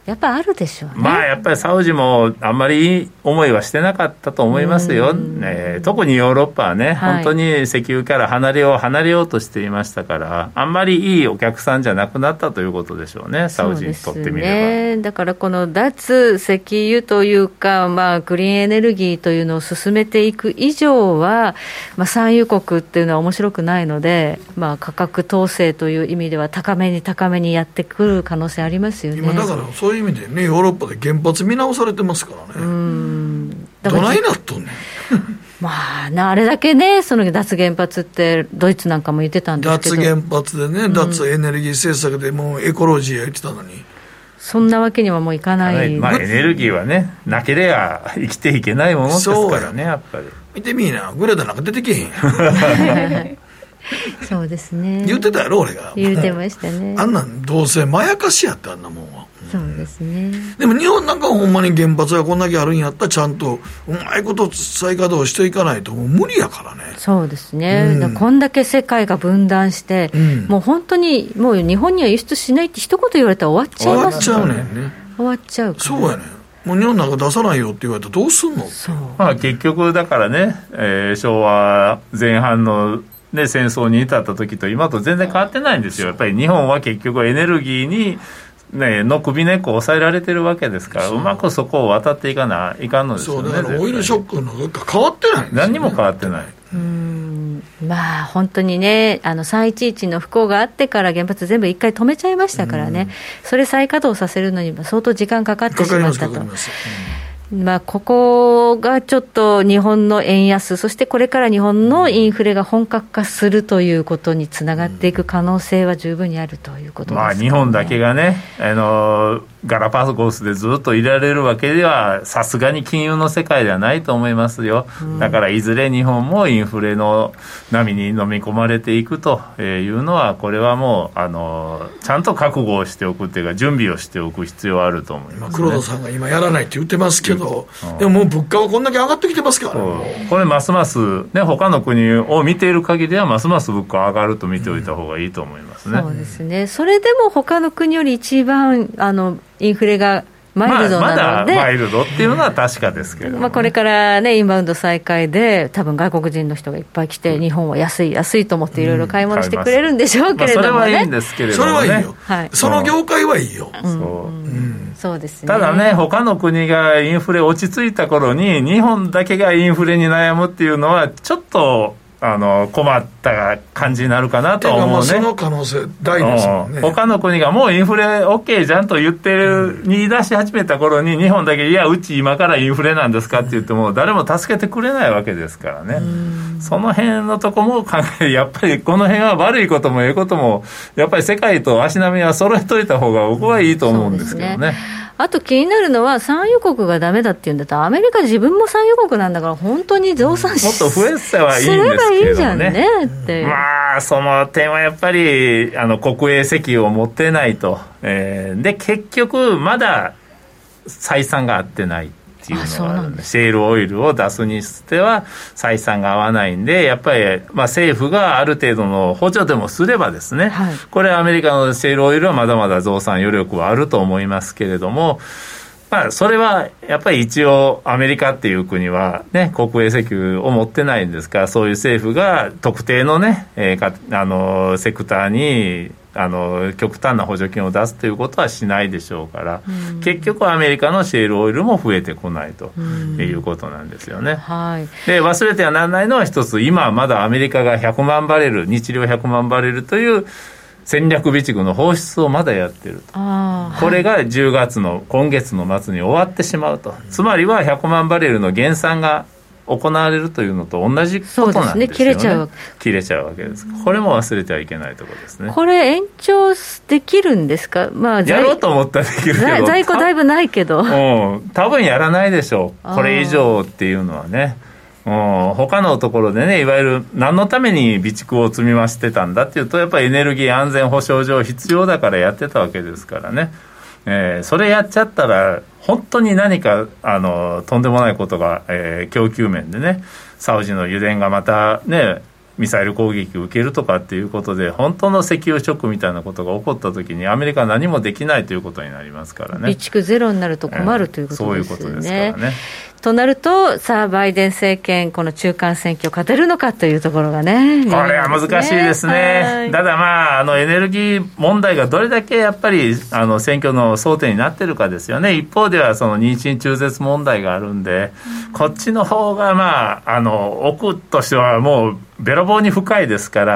やっぱあるでしょうね。
まあやっぱりサウジもあんまりいい思いはしてなかったと思いますよ、特にヨーロッパはね、本当に石油から離れようとしていましたから、あんまりいいお客さんじゃなくなったということでしょうね、サウジにとってみれば。
だからこの脱石油というか、クリーンエネルギーというのを進めていく以上は、産油国っていうのは面白くないので、価格統制という意味では高めにやってくる可能性ありますよね。
今だからそういう意味でね、ヨーロッパで原発見直されてますからね。どないなっとんねん。
あれだけね、その脱原発ってドイツなんかも言ってたんですけど、
脱原発でね、脱エネルギー政策でもうエコロジーや言ってたのに、
そんなわけにはもういかない。
エネルギーはね、なければ生きていけないものですからね、やっぱり。
見てみいな、グレタなんか出てけへん
そうですね、
言ってたやろ、俺が。
言ってましたね。
あんなんどうせまやかしやって、あんなもんは。
そうですね。
でも日本なんかほんまに原発がこんだけあるんやったら、ちゃんとうまいこと再稼働していかないともう無理やからね。
そうですね、だこんだけ世界が分断して、もう本当にもう日本には輸出しないって一言言われたら終わっちゃいますからね。終わっちゃうから。
そうやね。もう日本なんか出さないよって言われたらどうすんの。
結局だからね、昭和前半の戦争に至った時と今と全然変わってないんですよ。やっぱり日本は結局エネルギーにの首根っこを抑えられてるわけですから、うまくそこを渡っていかないかんのですよね。
そうだからオイルショックの変わってないんですよね。
何にも変わってない。
本当にね、311の不幸があってから原発全部一回止めちゃいましたからね、それ再稼働させるのに相当時間かかってしまったと。ここがちょっと日本の円安、そしてこれから日本のインフレが本格化するということにつながっていく可能性は十分にあるということですかね。
日本だけがね、ガラパゴスでずっといられるわけではさすがに金融の世界ではないと思いますよ。だからいずれ日本もインフレの波に飲み込まれていくというのは、これはもうちゃんと覚悟をしておくっていうか準備をしておく必要はあると思います、ね。
黒田さんが今やらないって言ってますけど、でももう物価はこんだけ上がってきてますからね。
これますますね、他の国を見ている限りではますます物価上がると見ておいた方がいいと思いますね。
そうですね。それでも他の国より一番インフレがマイルドなので、
まだマイルドっていうのは確かですけど、
これからね、インバウンド再開で多分外国人の人がいっぱい来て、日本は安いと思っていろいろ買い物してくれるんでしょうけれどもね。
それはいいんですけれどもね。
それはいいよ、その業界はいいよ。
そうですね。
ただね、他の国がインフレ落ち着いた頃に日本だけがインフレに悩むっていうのはちょっと困った感じになるかなと思うね。
その可能性大ですもんね。
他の国がもうインフレ OK じゃんと言ってる、言い出し始めた頃に日本だけいやうち今からインフレなんですかって言っても誰も助けてくれないわけですからね。その辺のとこも考え、やっぱりこの辺は悪いこともいいこともやっぱり世界と足並みは揃えといた方が僕はいいと思うんですけどね。
あと気になるのは、産油国がダメだっていうんだったら、アメリカ自分も産油国なんだから本当に増産
もっと増えてはいいんですけどね。
すればいいじゃんねって
その点はやっぱり国営石油を持ってないと、で結局まだ採算が合ってないっていうのは、シェールオイルを出すにしては採算が合わないんで、やっぱり政府がある程度の補助でもすればですね、これアメリカのシェールオイルはまだまだ増産余力はあると思いますけれども、それはやっぱり一応アメリカっていう国はね、国営石油を持ってないんですから、そういう政府が特定のね、セクターに極端な補助金を出すということはしないでしょうから、結局アメリカのシェールオイルも増えてこないということなんですよね。で忘れてはならないのは一つ、今まだアメリカが100万バレル、日量100万バレルという戦略備蓄の放出をまだやってると。これが10月の今月の末に終わってしまうと。つまりは100万バレルの減産が行われるというのと同じことなんですよね。そうですね、切れちゃうわけです。これも忘れてはいけないところですね。
これ延長できるんですか？
やろうと思ったらできるけど、
在庫だいぶないけど、
多分やらないでしょう、これ以上っていうのはね。他のところでね、いわゆる何のために備蓄を積み増してたんだっていうと、やっぱりエネルギー安全保障上必要だからやってたわけですからね。それやっちゃったら本当に何かとんでもないことが、供給面でね、サウジの油田がまたねミサイル攻撃を受けるとかっていうことで本当の石油ショックみたいなことが起こったときにアメリカは何もできないということになりますからね。
備蓄ゼロになると困るということですよね。
そういうことですからね。
となるとさあバイデン政権この中間選挙勝てるのかというところがね、
これは難しいですね。ただまあエネルギー問題がどれだけやっぱり選挙の争点になってるかですよね。一方ではその妊娠中絶問題があるんで、こっちの方がまあ奥としてはもうべらぼうに深いですから、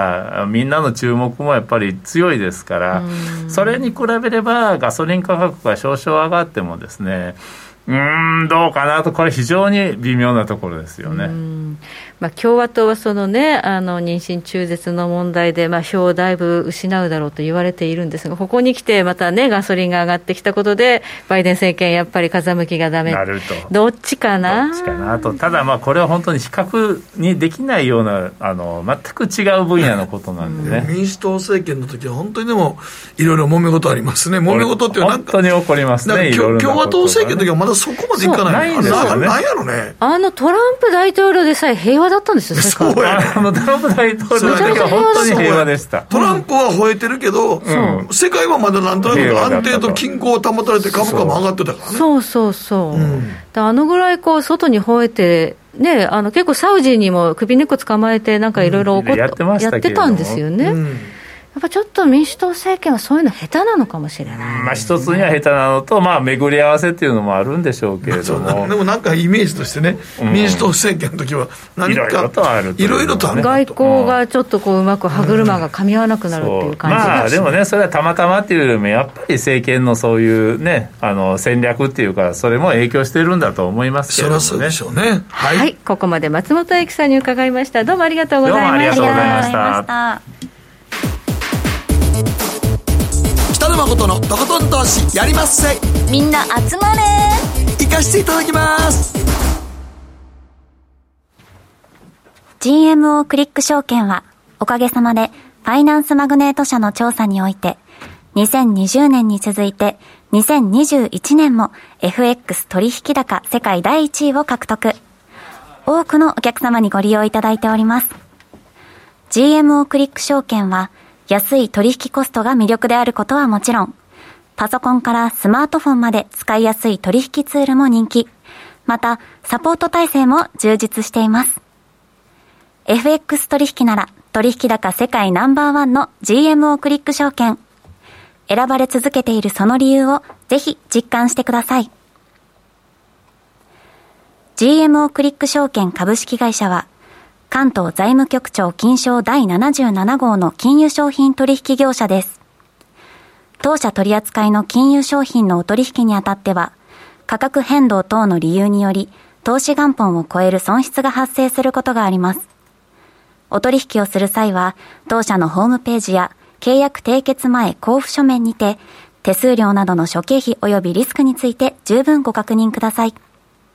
みんなの注目もやっぱり強いですから、それに比べればガソリン価格が少々上がってもですね、どうかなと、これ非常に微妙なところですよね。
共和党はそのね妊娠中絶の問題で票をだいぶ失うだろうと言われているんですが、ここに来てまたねガソリンが上がってきたことでバイデン政権やっぱり風向きがダメなると、どっちかな
と。ただこれは本当に比較にできないような全く違う分野のことなんでね。
民主党政権の時は本当にでもいろいろ揉め事ありますね。揉め事っていうのは
本当に起こりますね。
共和党政権の時はまだそこまでいかない。
ないんですよね。
なんやろね。
トランプ大統領でさえ平和だったんですよ。
そうやね。
トランプ大統領の時は本当に平和でした。
トランプは吠えてるけど、世界はまだなんとなく安定と均衡を保たれて株価も上がってたからね。
そう、ぐらい外に吠えてね、結構サウジにも首根っこ捕まえてなんかいろいろやってたんですよね。やっぱちょっと民主党政権はそういうの下手なのかもしれない。
一つには下手なのと、巡り合わせっていうのもあるんでしょうけれども、
でもなんかイメージとしてね、民主党政権の時は何かいろいろとある、
外交がちょっとうまく歯車が噛み合わなくなるっていう感じが
でもね、それはたまたまっていうよりもやっぱり政権のそういうね戦略っていうか、それも影響してるんだと思いますけれどもね。
そりゃそうでしょうね。
はい、ここまで松本英樹さんに伺いました。どうもありがとうございました。
どうもありがとうございました。
北野誠のとことん投資やりまっせ。
みんな集まれ。
行かしていただきます。
GMO クリック証券はおかげさまでファイナンスマグネート社の調査において2020年に続いて2021年も FX 取引高世界第1位を獲得。多くのお客様にご利用いただいております。 GMO クリック証券は安い取引コストが魅力であることはもちろん、パソコンからスマートフォンまで使いやすい取引ツールも人気。また、サポート体制も充実しています。FX 取引なら、取引高世界ナンバーワンの GMO クリック証券。選ばれ続けているその理由をぜひ実感してください。GMO クリック証券株式会社は、関東財務局長金賞第77号の金融商品取引業者です。当社取扱いの金融商品のお取引にあたっては、価格変動等の理由により、投資元本を超える損失が発生することがあります。お取引をする際は、当社のホームページや契約締結前交付書面にて、手数料などの諸経費及びリスクについて十分ご確認ください。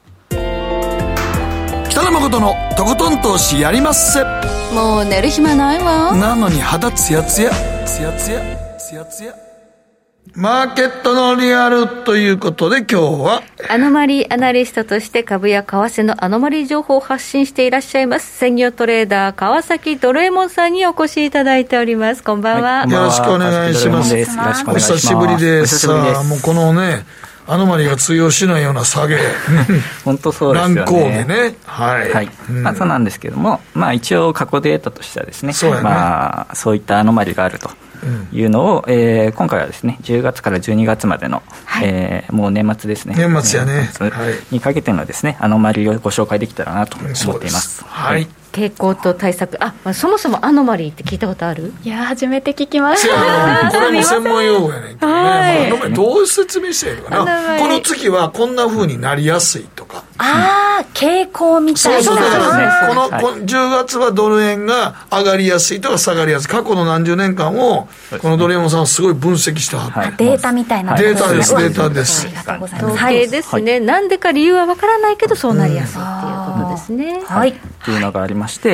北野誠のとことん投資やりまっせ。
もう寝る暇ないわ。
なのに肌ツヤツヤツヤツヤツヤツヤ。マーケットのリアルということで、今日は
アノマリーアナリストとして株や為替のアノマリー情報を発信していらっしゃいます専業トレーダー川崎ドルエモンさんにお越しいただいております。こんばんは、
よろしくお願いします。お久しぶりです。さあ、もうこのねアノマリが通用しないような下げ
本当そうですよね。
乱高下ね、はい、
そうなんですけども、一応過去データとしてはですね、そういったアノマリがあるというのを、今回はですね10月から12月までの、もう年末ですね、
年末やね、
にかけてのですねアノマリをご紹介できたらなと思っています。
はい、傾向と対策。そもそもアノマリーって聞いたことある？
いや初めて聞きました。
これも専門用語やねんけどね、どう説明しているかな。この月はこんな風になりやすいとか、
傾向みたいな。
そうこの10月はドル円が上がりやすいとか下がりやすい、過去の何十年間をこのドルエモンさんはすごい分析してはって、
データみたいな、
データです、データです。
ありがとうございます。統計ですね、なんでか理由はわからないけどそうなりやすいっていうことですね。
というのがありまして、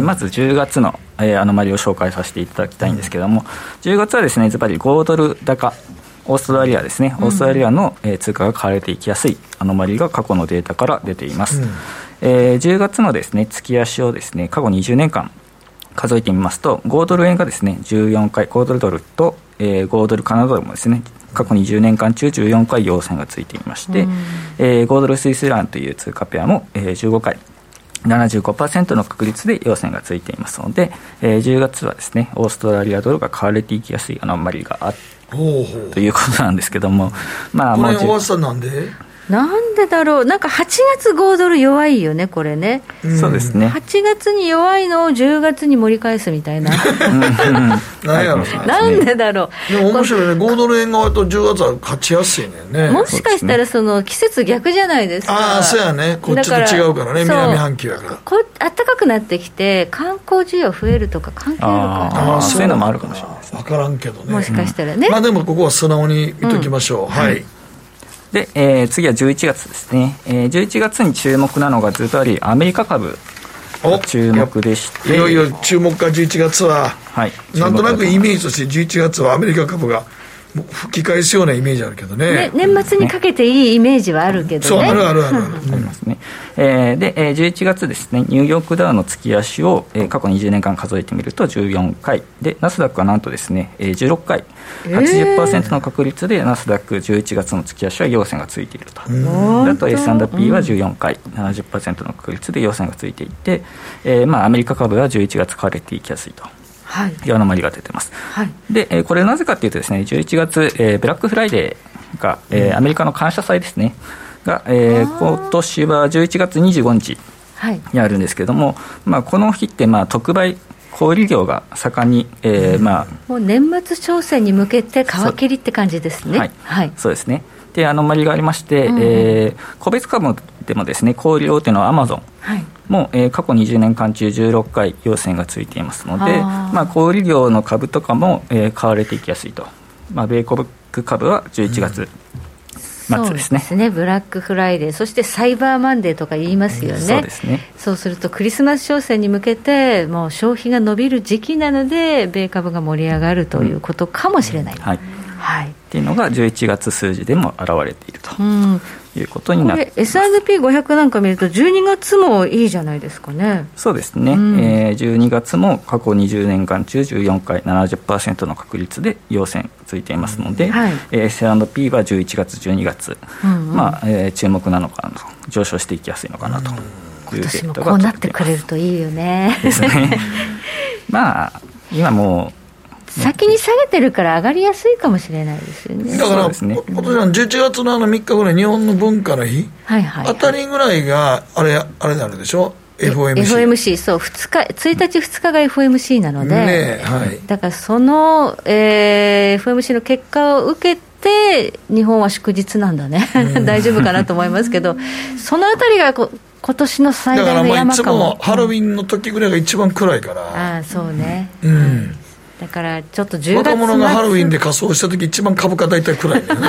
まず10月の、アノマリを紹介させていただきたいんですけども、10月はですねズバリ5ドル高、オーストラリアですね、オーストラリアの、通貨が買われていきやすいアノマリが過去のデータから出ています。10月のですね月足をですね過去20年間数えてみますと、5ドル円がですね14回、5ドルドルと、5ドルカナダドルもですね過去20年間中14回陽線がついていまして、5ドルスイスランという通貨ペアも、15回 75% の確率で陽線がついていますので、10月はですねオーストラリアドルが買われていきやすいアノマリがあったということなんですけども、まあ、
これ大橋さんなんで
だろう、なんか8月5ドル弱いよね、これね、
そうですね、
8月に弱いのを10月に盛り返すみたいな
なんやろ
なんでだろう。
でも面白いね、5ドル円側と10月は勝ちやすいねんね。
もしかしたらその季節逆じゃないですか。
ああ、そうやね、こっちと違うからね、南半球やから
暖かくなってきて観光需要増えるとか関係あるかな。
そういうのもあるかもしれないですね。
分からんけどね、
もしかしたらね、
まあでもここは素直に見ときましょう、はい。
で、次は11月ですね、11月に注目なのがずばりアメリカ株が注目でして、
いよいよ注目か11月は、
はい、
なんとなくイメージとして11月はアメリカ株が吹き返すようなイメージあるけど ね、
年末にかけていいイメージはあるけどね、
そうあるあるある
ありますね。で、11月ですね、ニューヨークダウの月足を、過去20年間数えてみると14回で、ナスダックはなんとですね、16回 80% の確率でナスダック11月の月足は陽線がついていると。だと S&P は14回 70% の確率で陽線がついていて、まあ、アメリカ株は11月買われていきやすいというアノマリが出てます、はい。で、これなぜかというとですね、11月、ブラックフライデーが、アメリカの感謝祭ですねが、今年は11月25日にあるんですけれども、まあ、この日って、まあ、特売小売業が盛んに、まあ、
もう年末商戦に向けて皮切りって感じですね。
はい、はい、そうですね。で、アノマリがありまして、個別株でもですね、小売大手のアマゾンも、過去20年間中16回陽線がついていますので、まあ、小売業の株とかも、買われていきやすいと。まあ、米国株は11月、
そうですね、ブラックフライデー、そしてサイバーマンデーとか言いますよね。
そうですね。
そうするとクリスマス商戦に向けてもう消費が伸びる時期なので米株が盛り上がるということかもしれない、
はいはい、っていうのが11月数字でも現れているということになっています。
これ S&P500 なんか見ると12月もいいじゃないですかね。
そうですね、12月も過去20年間中14回 70% の確率で陽線ついていますので、はい、S&P は11月12月、まあ注目なのかなと、上昇していきやすいのかなという
今年もこうなってくれるといいよね。
ですねまあ今もう
先に下げてるから上がりやすいかもしれないですよね。
だから、今年は11月の3日ぐらい日本の文化の日、はいはいはい、あたりぐらいがあれになるでしょ、 FOMC。 そう、1日2日が FOMC なので、ね、はい、だからその、FOMC の結果を受けて日本は祝日なんだね大丈夫かなと思いますけどそのあたりが今年の最大の山かも。 だからいつもハロウィンの時ぐらいが一番暗いから、
あ、そうね、だからちょっと10月
若者がハロウィンで仮装した時一番株価大体暗いんだよね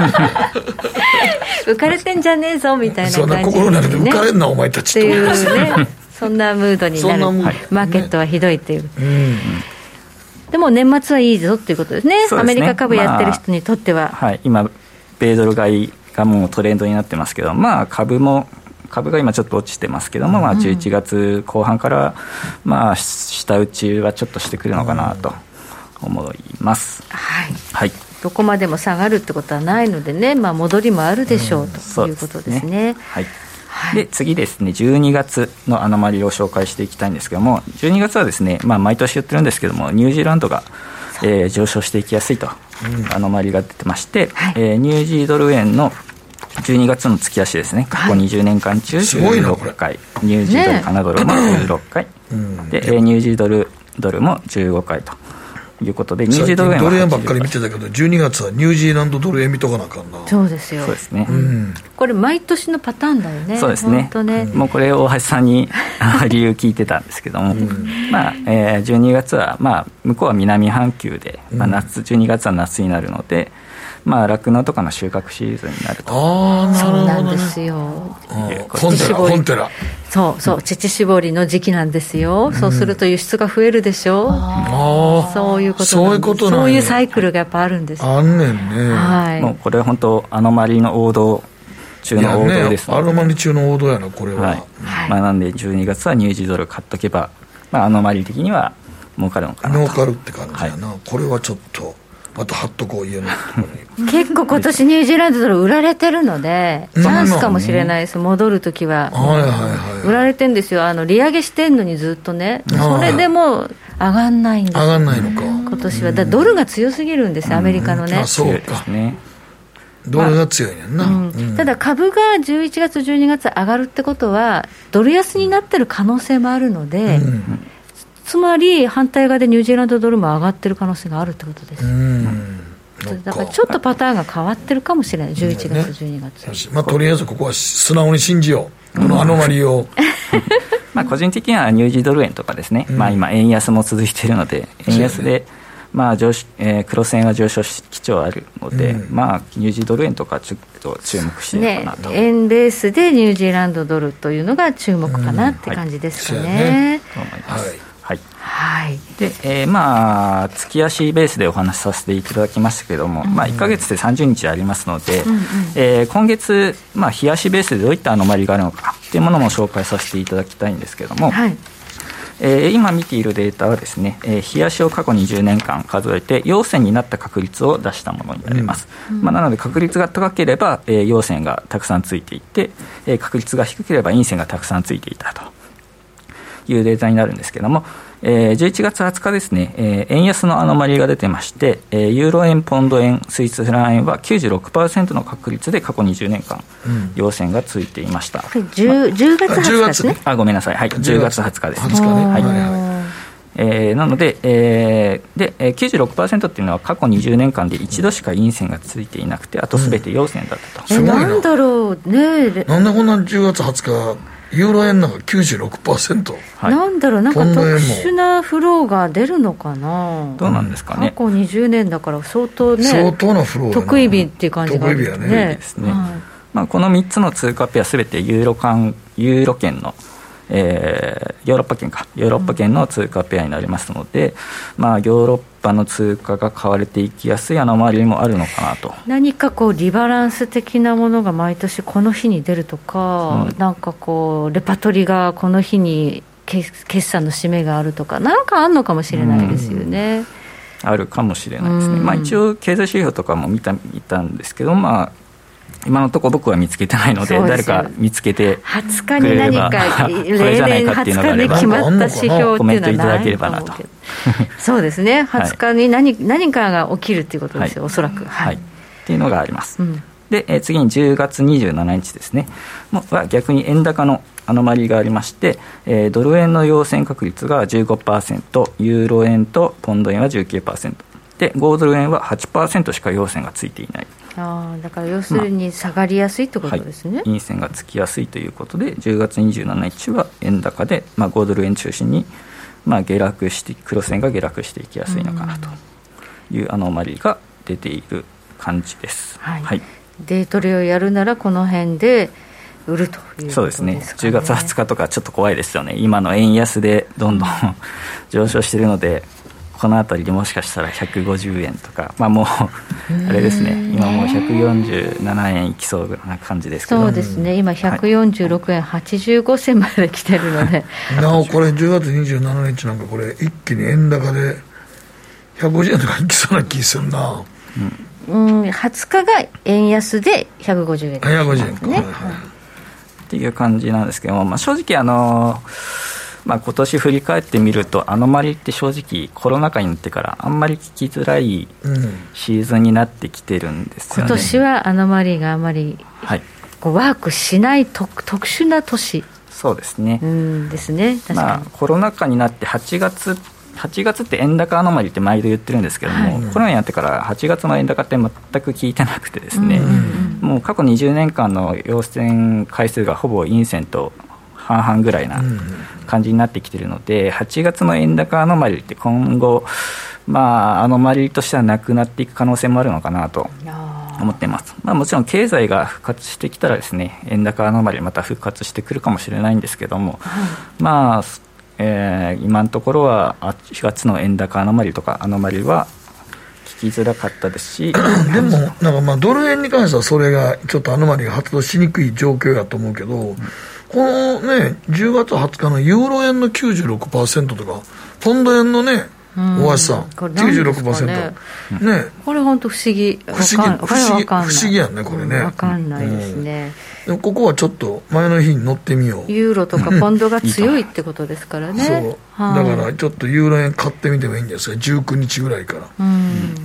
浮かれてんじゃねえぞみたいな感じで、ね、
そんな心の中で浮かれんなお前たちっていう
ねそんなムードになる、マーケットはひどいっていう、でも年末はいいぞっていうことですね。アメリカ株やってる人にとっては、
はい、今米ドル買いがもうトレンドになってますけど、まあ株が今ちょっと落ちてますけども、まあ、11月後半から、まあ、下打ちはちょっとしてくるのかなと思います、
はいはい、どこまでも下がるってことはないのでね、まあ、戻りもあるでしょう、ということですね。
はいはい、で次ですね、12月のアノマリを紹介していきたいんですけども、12月はですね、まあ、毎年言ってるんですけども、ニュージーランドが、上昇していきやすいと、アノマリが出てまして、はい、ニュージードル円の12月の月足ですね、過去20年間中16回、ニュージードルカナドルも16回、でニュージードルも15回ということで、ニュージードル円は
ドル円ばっかり見てたけど、12月はニュージーランドドル円見とかなあかんな。
そうですよ。
そうですね、
これ毎年のパターンだよね。
そうですね、もうこれ大橋さんに理由聞いてたんですけども、まあ12月は、まあ、向こうは南半球で、まあ、12月は夏になるので、まあ、酪農とかの収穫シーズンになると。
そうなんですよ。
本寺
そう、乳搾りの時期なんですよ。そうすると輸出が増えるでしょ。そういうことなんです。そういうサイクルがやっぱあるんです。
あんねんね、
はい、
もうこれは本当アノマリの王道中の王道です、
アノマリ中の王道やなこれは、
はい、まあ、なんで12月はニュージードル買っとけばアノマリ的には儲かるのかなと。
儲かるって感じやな、これはちょっとまた貼っとこう家の
結構今年ニュージーランドドル売られてるのでチャンスかもしれないです。戻るときは、売られてるんですよ。利上げしてんのにずっとね、それでも上がんないんです。
上がんないのか
今年は。だドルが強すぎるんですよ、アメリカのね。
そうか、ドルが強いねんな、
ただ株が11月12月上がるってことはドル安になってる可能性もあるので、つまり反対側でニュージーランドドルも上がってる可能性があるってことです。だからちょっとパターンが変わってるかもしれない11月、12月、
とりあえずここは素直に信じよう、このアノマリを
個人的にはニュージードル円とかですね、今円安も続いているので、円安で黒線は上昇基調あるので、ニュージードル円とかちょっと注目しているかなと、
円ベースでニュージーランドドルというのが注目かなって感じですかね。
と思います。で月足ベースでお話しさせていただきましたけれども、1ヶ月で30日ありますので、今月、日足ベースでどういったアノマリがあるのかというものも紹介させていただきたいんですけれども、今見ているデータはですね、日足を過去20年間数えて陽線になった確率を出したものになります。なので確率が高ければ、陽線がたくさんついていて、確率が低ければ陰線がたくさんついていたというデータになるんですけれども、11月20日ですね、円安のアノマリが出てまして、ユーロ円、ポンド円、スイスフラン円は 96% の確率で過去20年間、陽線がついていました。
10月20日ですね。
ごめんなさい、10月20日ですね。なので、96% っていうのは過去20年間で一度しか陰線がついていなくて、あとすべて陽線だったと。
なんだろうね。
なんでこんな10月20日ユーロ円なんか 96%、
なんだろう、なんか特殊なフローが出るのかな。
どうなんですかね。
過去20年だから相当ね、
相当なフロー
得意日っていう感じがある
得意日やね。
この3つの通貨ペアすべてユーロ圏のヨーロッパ圏の通貨ペアになりますので、ヨーロッパの通貨が買われていきやすいアノマリもあるのかなと。
何かリバランス的なものが毎年この日に出るとか、なんかレパトリがこの日に決算の締めがあるとか、なんかあるのかもしれないですよね。
あるかもしれないですね。一応経済指標とかも見たんですけど、今のところ僕は見つけてないので、誰か見つけて
20日に何か例年20日で決まった指標っていうのは
コメントいただければなと。
そうですね、20日に何かが起きるということですよ、おそらく。
っていうのがあります。で、次に10月27日ですね、は逆に円高のアノマリがありまして、ドル円の陽線確率が 15%、ユーロ円とポンド円は 19%で、5ドル円は 8% しか陽線がついていない。
だから要するに下がりやすいってことですね。
陰線がつきやすいということで、10月27日は円高で、5ドル円中心に、下落して黒線が下落していきやすいのかなというアノマリが出ている感じです。
デイトレをやるならこの辺で売るということですかね。
そうですね。10月20日とかちょっと怖いですよね。今の円安でどんどん上昇しているので、このあたりでもしかしたら150円とか、もうあれですね、今もう147円いきそうな感じですけど、
そうですね、今146円85銭まで来てるので
なおこれ10月27日なんかこれ一気に円高で150円とかいきそうな気するな。
20日が円安で150円
150円か、
っていう感じなんですけども、正直今年振り返ってみるとアノマリって正直コロナ禍になってからあんまり聞きづらいシーズンになってきてるんですよね。
今年はアノマリがあまりワークしない特殊な年。
そうですね。
ですね。確かに。
コロナ禍になって8月って円高アノマリって毎度言ってるんですけども、コロナになってから8月の円高って全く聞いてなくてですね、もう過去20年間の陽線回数がほぼ陰線と半々ぐらいな感じになってきているので、8月の円高アノマリって今後、アノマリとしてはなくなっていく可能性もあるのかなと思っています。もちろん経済が復活してきたらですね、円高アノマリまた復活してくるかもしれないんですけども、今のところは4月の円高アノマリとかアノマリは聞きづらかったですし
でもなんかドル円に関してはそれがちょっとアノマリが発動しにくい状況だと思うけど、 このね10月20日のユーロ円の 96% とかポンド円のね大橋さん 96%、ね、
これ本当不思議や
んねこれね、
分かんないですね、
でもここはちょっと前の日に乗ってみよう。
ユーロとかポンドが強いってことですからね
そうだからちょっとユーロ円買ってみてもいいんですが19日ぐらいから、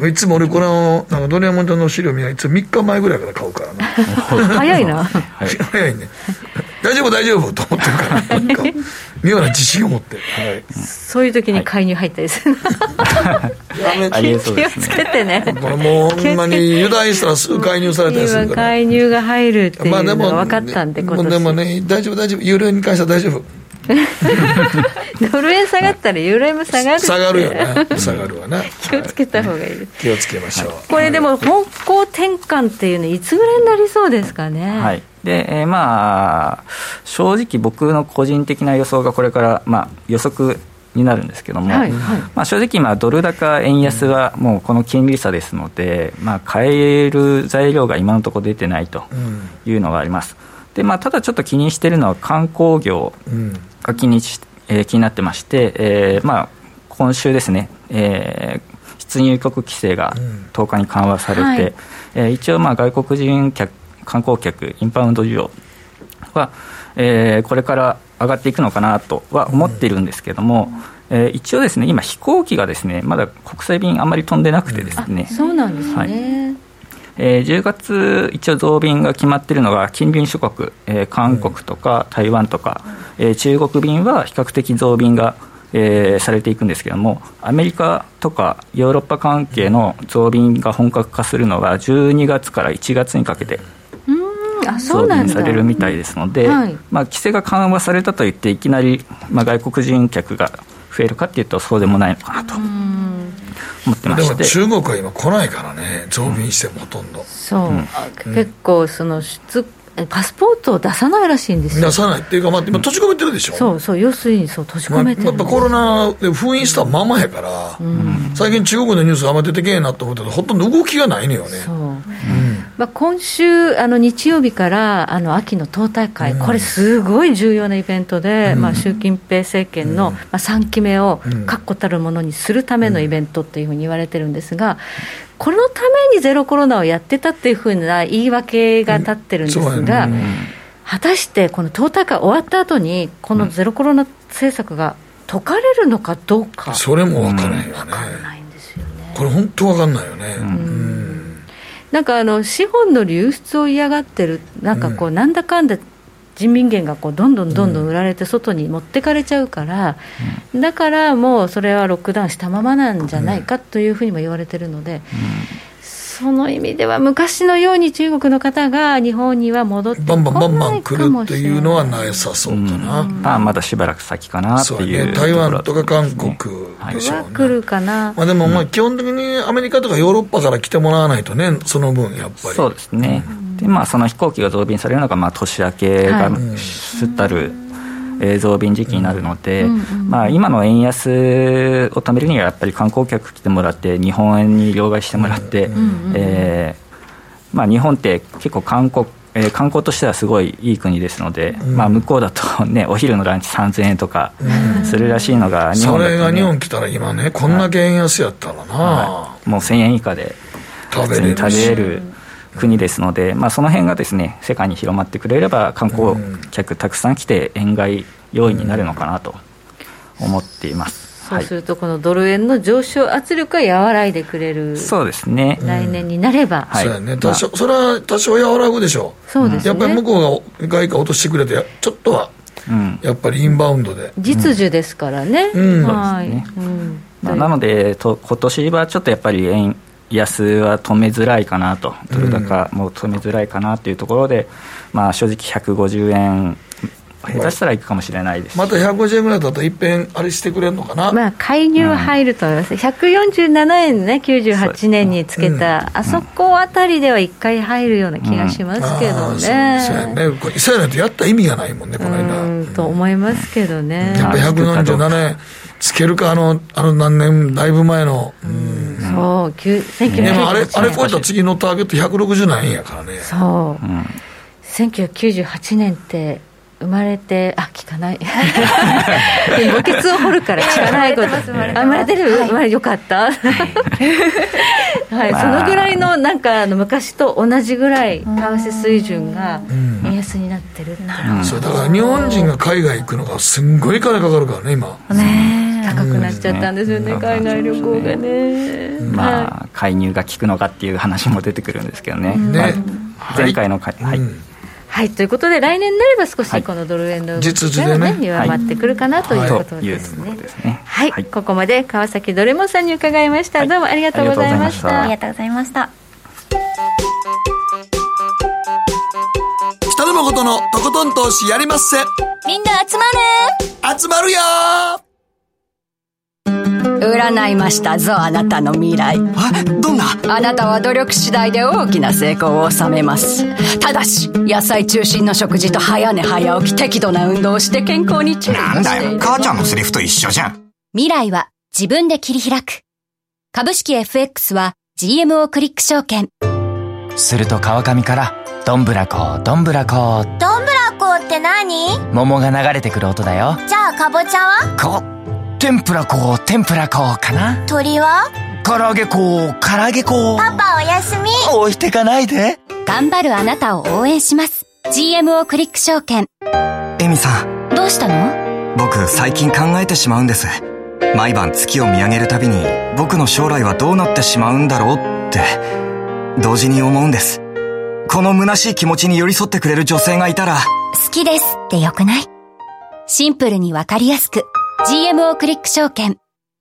いつも俺これなんかドル円モンタの資料見ないいつも3日前ぐらいから買うからな
早いな
早いね大丈夫と思ってるからなんか妙な自信を持って、はい、
そういう時に介入入ったりする、気をつけてね。
これもうほんまに油断したらすぐ介入されたりするから、
介入が入るっていうのが分かったんで、今年
でもね大丈夫ユーロ円に関しては大丈夫
ドル円下がったらユーロ円も下がる
よね下がるわね
気をつけた方がいいです、
気をつけましょう、
これでも方向転換っていうのいつぐらいになりそうですかね。
はい、でまあ正直僕の個人的な予想がこれから、予測になるんですけども、正直今ドル高円安はもうこの金利差ですので、買える材料が今のところ出てないというのがあります。でただちょっと気にしているのは観光業が気になってまして、今週ですね、出入国規制が10日に緩和されて、一応外国人観光客インバウンド需要は、これから上がっていくのかなとは思っているんですけども、一応ですね今飛行機がですねまだ国際便あんまり飛んでなくてですね、
そうなんですね、
10月一応増便が決まっているのが近隣諸国、韓国とか台湾とか、中国便は比較的増便が、されていくんですけども、アメリカとかヨーロッパ関係の増便が本格化するのは12月から1月にかけて増便されるみたいですので、規制が緩和されたといっていきなり、外国人客が増えるかというとそうでもないのかなと思ってまして、
でも中国は今来ないからね、増便してもほとんど、
結構そのパスポートを出さないらしいんですよ。
出さないっていうか、今閉じ込めてるでしょ。
そう要するに閉じ込めてる、
やっぱコロナで封印したままやから、最近中国のニュースがあんま出てけえなと思ってたらほとんど動きがないのよね。
今週日曜日から秋の党大会、これすごい重要なイベントで、習近平政権の3期目を確固たるものにするためのイベントというふうに言われてるんですが、これのためにゼロコロナをやってたっていうふうな言い訳が立ってるんですが、果たしてこの党大会終わった後にこのゼロコロナ政策が解かれるのかどうか、
それも分からないよね。
分からないんですよね。
これ本当分かんないよね。
なんか資本の流出を嫌がってる、なんかなんだかんだ人民元がどんどん売られて外に持ってかれちゃうから、だからもうそれはロックダウンしたままなんじゃないかというふうにも言われてるので、その意味では昔のように中国の方が日本には戻ってこないかもしれない。バンバン来るっていうのはなさそうかな。
まだしばらく先かなっていう、
台湾とか韓国でしょうね。
来るかな。
でも基本的にアメリカとかヨーロッパから来てもらわないとね、その分やっぱり。
そうですね。でその飛行機が増便されるのが年明けがすったる、増便時期になるので、今の円安を止めるにはやっぱり観光客来てもらって日本円に両替してもらって、日本って結構観光としてはすごいいい国ですので、向こうだとねお昼のランチ3000円とかするらしいのが、
日本だと、それが日本来たら今ねこんだけ円安やったらな、
もう1000円以下で普通に食べれる国ですので、その辺がですね世界に広まってくれれば観光客たくさん来て円買い要因になるのかなと思っています。
そうするとこのドル円の上昇圧力が和らいでくれる。
そうですね。
来年になれば、
そうやね、それは多少和らぐでしょう。
そうですね。
やっぱり向こうが外貨落としてくれてちょっとは、やっぱりインバウンドで
実需ですからね。
なので今年はちょっとやっぱり円安は止めづらいかなと、ドル高も止めづらいかなというところで、正直150円下手したらいくかもしれないです。
また150円ぐらいだと一遍あれしてくれるのかな。
介入は入ると思います。147円ね、98年につけた、あそこあたりでは1回入るような気がしますけどね。
そうやね。そうやないとやった意味がないもんね、この間。
と思いますけどね。
やっぱ147円つけるか、何年だいぶ前の。
そう、
でもあれ超えた次のターゲット160何円やからね。
そう。1998年って生まれて聞かない墓穴を掘るから聞かないこと生まれてる、生まれよかった、はいそのぐらいのなんか昔と同じぐらい為替水準が円安になってるっていう、
それだから日本人が海外行くのがすんごい金かかるからね今
高くなっちゃったんですよね、海外旅行がね、
介入が効くのかっていう話も出てくるんですけどね、前回の
はい、ということで来年になれば少しこのドル円の動きがね、弱まってくるかなということですね。はい、ここまで川崎ドレモンさんに伺いました。どうもありがとうございました。
ありがとうございました。
北野誠のとことん投資やりまっせ。
みんな集
まるよ
占いましたぞ、あなたの未来。
どんな？
あなたは努力次第で大きな成功を収めます。ただし野菜中心の食事と早寝早起き、適度な運動をして健康に注意している。
なんだよ、母ちゃんのセリフと一緒じゃん。
未来は自分で切り開く。株式 FX は GMO クリック証券。
すると川上からどんぶらこどんぶらこ。
どんぶらこって何？
桃が流れてくる音だよ。
じゃあかぼちゃは？
天ぷら粉天ぷら粉かな。
鳥は？
唐揚げ粉唐揚げ粉。
パパおやすみ。
置いてかないで。
頑張るあなたを応援します。 GMO クリック証券。
エミさん、
どうしたの？
僕最近考えてしまうんです。毎晩月を見上げるたびに僕の将来はどうなってしまうんだろうって同時に思うんです。この虚しい気持ちに寄り添ってくれる女性がいたら。
好きですってよくない？シンプルにわかりやすく GMO クリック証券。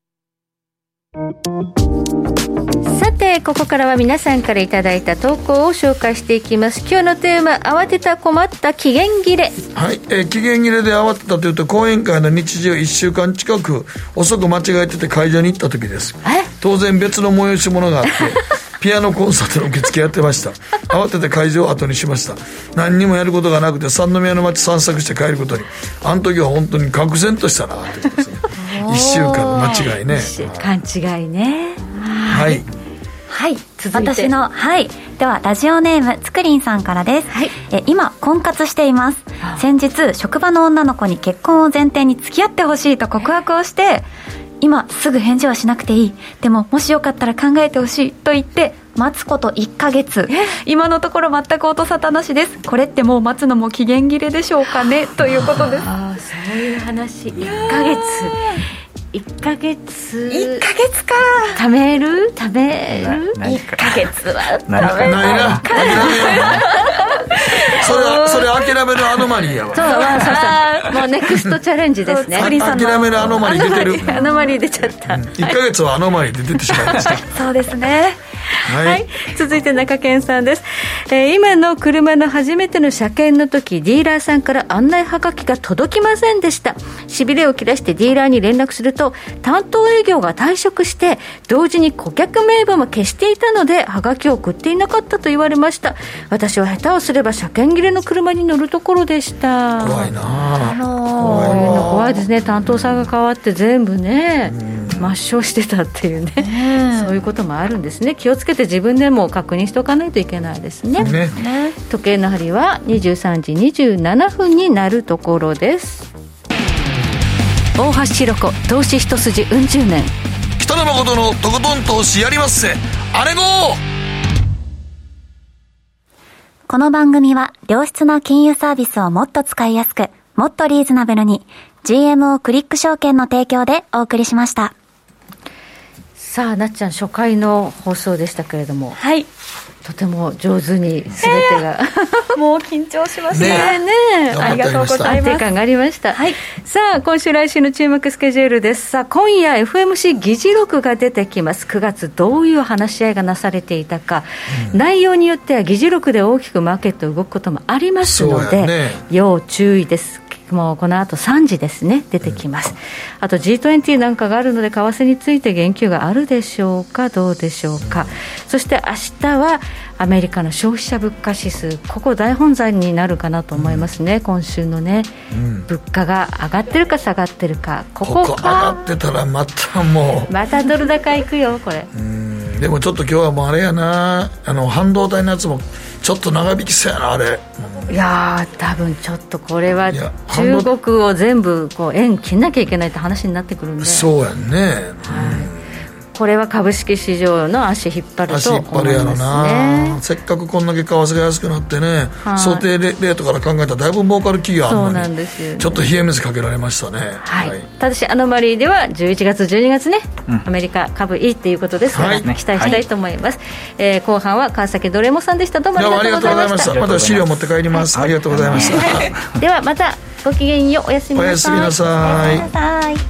さてここからは皆さんからいただいた投稿を紹介していきます。今日のテーマ、慌てた困った期限切れ。
はい、期限切れで慌てたというと、講演会の日時を1週間近く遅く間違えてて会場に行った時です。当然別の催し物があってピアノコンサートの受付やってました。慌てて会場を後にしました。何にもやることがなくて三宮の街散策して帰ることに、あの時は本当に愕然としたなというですね1週間の間違いね。
勘違いね。
はい、
はい、
続いて
私の、はい、ではラジオネームつくりんさんからです。はい、今婚活しています。先日職場の女の子に結婚を前提に付き合ってほしいと告白をして、今すぐ返事はしなくていい、でももしよかったら考えてほしいと言って待つこと1ヶ月。今のところ全く音沙汰なしです。これってもう待つのも期限切れでしょうかねということです。
そういう話。1ヶ月1ヶ月
か。
貯める1ヶ月は貯めないな。
それ諦めるアノマリーやわ。
そうもうネクストチャレンジですね。
諦めるアノマリー出てる。
アノマリー出ちゃった。
1ヶ月はアノマリーで出てしまいました。
そうですね。
はい、続いて中堅さんです。今の車の初めての車検の時、ディーラーさんから案内はがきが届きませんでした。しびれを切らしてディーラーに連絡すると、担当営業が退職して同時に顧客名簿も消していたのではがきを送っていなかったと言われました。私は下手をすれば車検切れの車に乗るところでした。
怖いな。
怖いですね。担当さんが変わって全部ね抹消してたっていうね、そういうこともあるんですね。気をつけて自分でも確認しておかないといけないですね。時計の針は23時27分になるところです。大橋ひろ子、投資一筋うん十年。
北野誠のとことん投資やりまっせ。あれごー。
この番組は良質な金融サービスをもっと使いやすく、もっとリーズナブルに GMO クリック証券の提供でお送りしました。
さあなっちゃん、初回の放送でしたけれども、
はい、
とても上手に全てが、
もう緊張しましたね。ありがとうございます。
安定感がありました。
はい、
さあ今週来週の注目スケジュールです。さあ今夜 FMC 議事録が出てきます。9月どういう話し合いがなされていたか、内容によっては議事録で大きくマーケット動くこともありますので、要注意です。もうこの後3時ですね、出てきます。あと G20 なんかがあるので為替について言及があるでしょうか、どうでしょうか。そして明日はアメリカの消費者物価指数、ここ大本山になるかなと思いますね。今週のね、物価が上がってるか下がってるか、ここ
上がってたらまたもう
またドル高いくよこれ。
でもちょっと今日はもうあれやな、半導体のやつもちょっと長引きそうやな、あれ。
いや多分ちょっとこれは中国を全部こう円切んなきゃいけないって話になってくるんで、
そうやんね、はい、
これは株式市場の足引っ張ると思いますね。足引っ張るやろな。
せっかくこんだけ為替が安くなってね、想定レートから考えたらだいぶ儲かる企業あるのに、そうなんですよね、ちょっと冷え水かけられましたね、
はいはい、ただしアノマリーでは11月12月ね、アメリカ株いいっていうことですから、はい、期待したいと思います、はい、後半は川崎ドレモさんでした。どうもありがとうございました。
また資料持って帰ります。ありがとうございました。
ではまたごきげんよう。おやすみなさい。
おやすみなさい。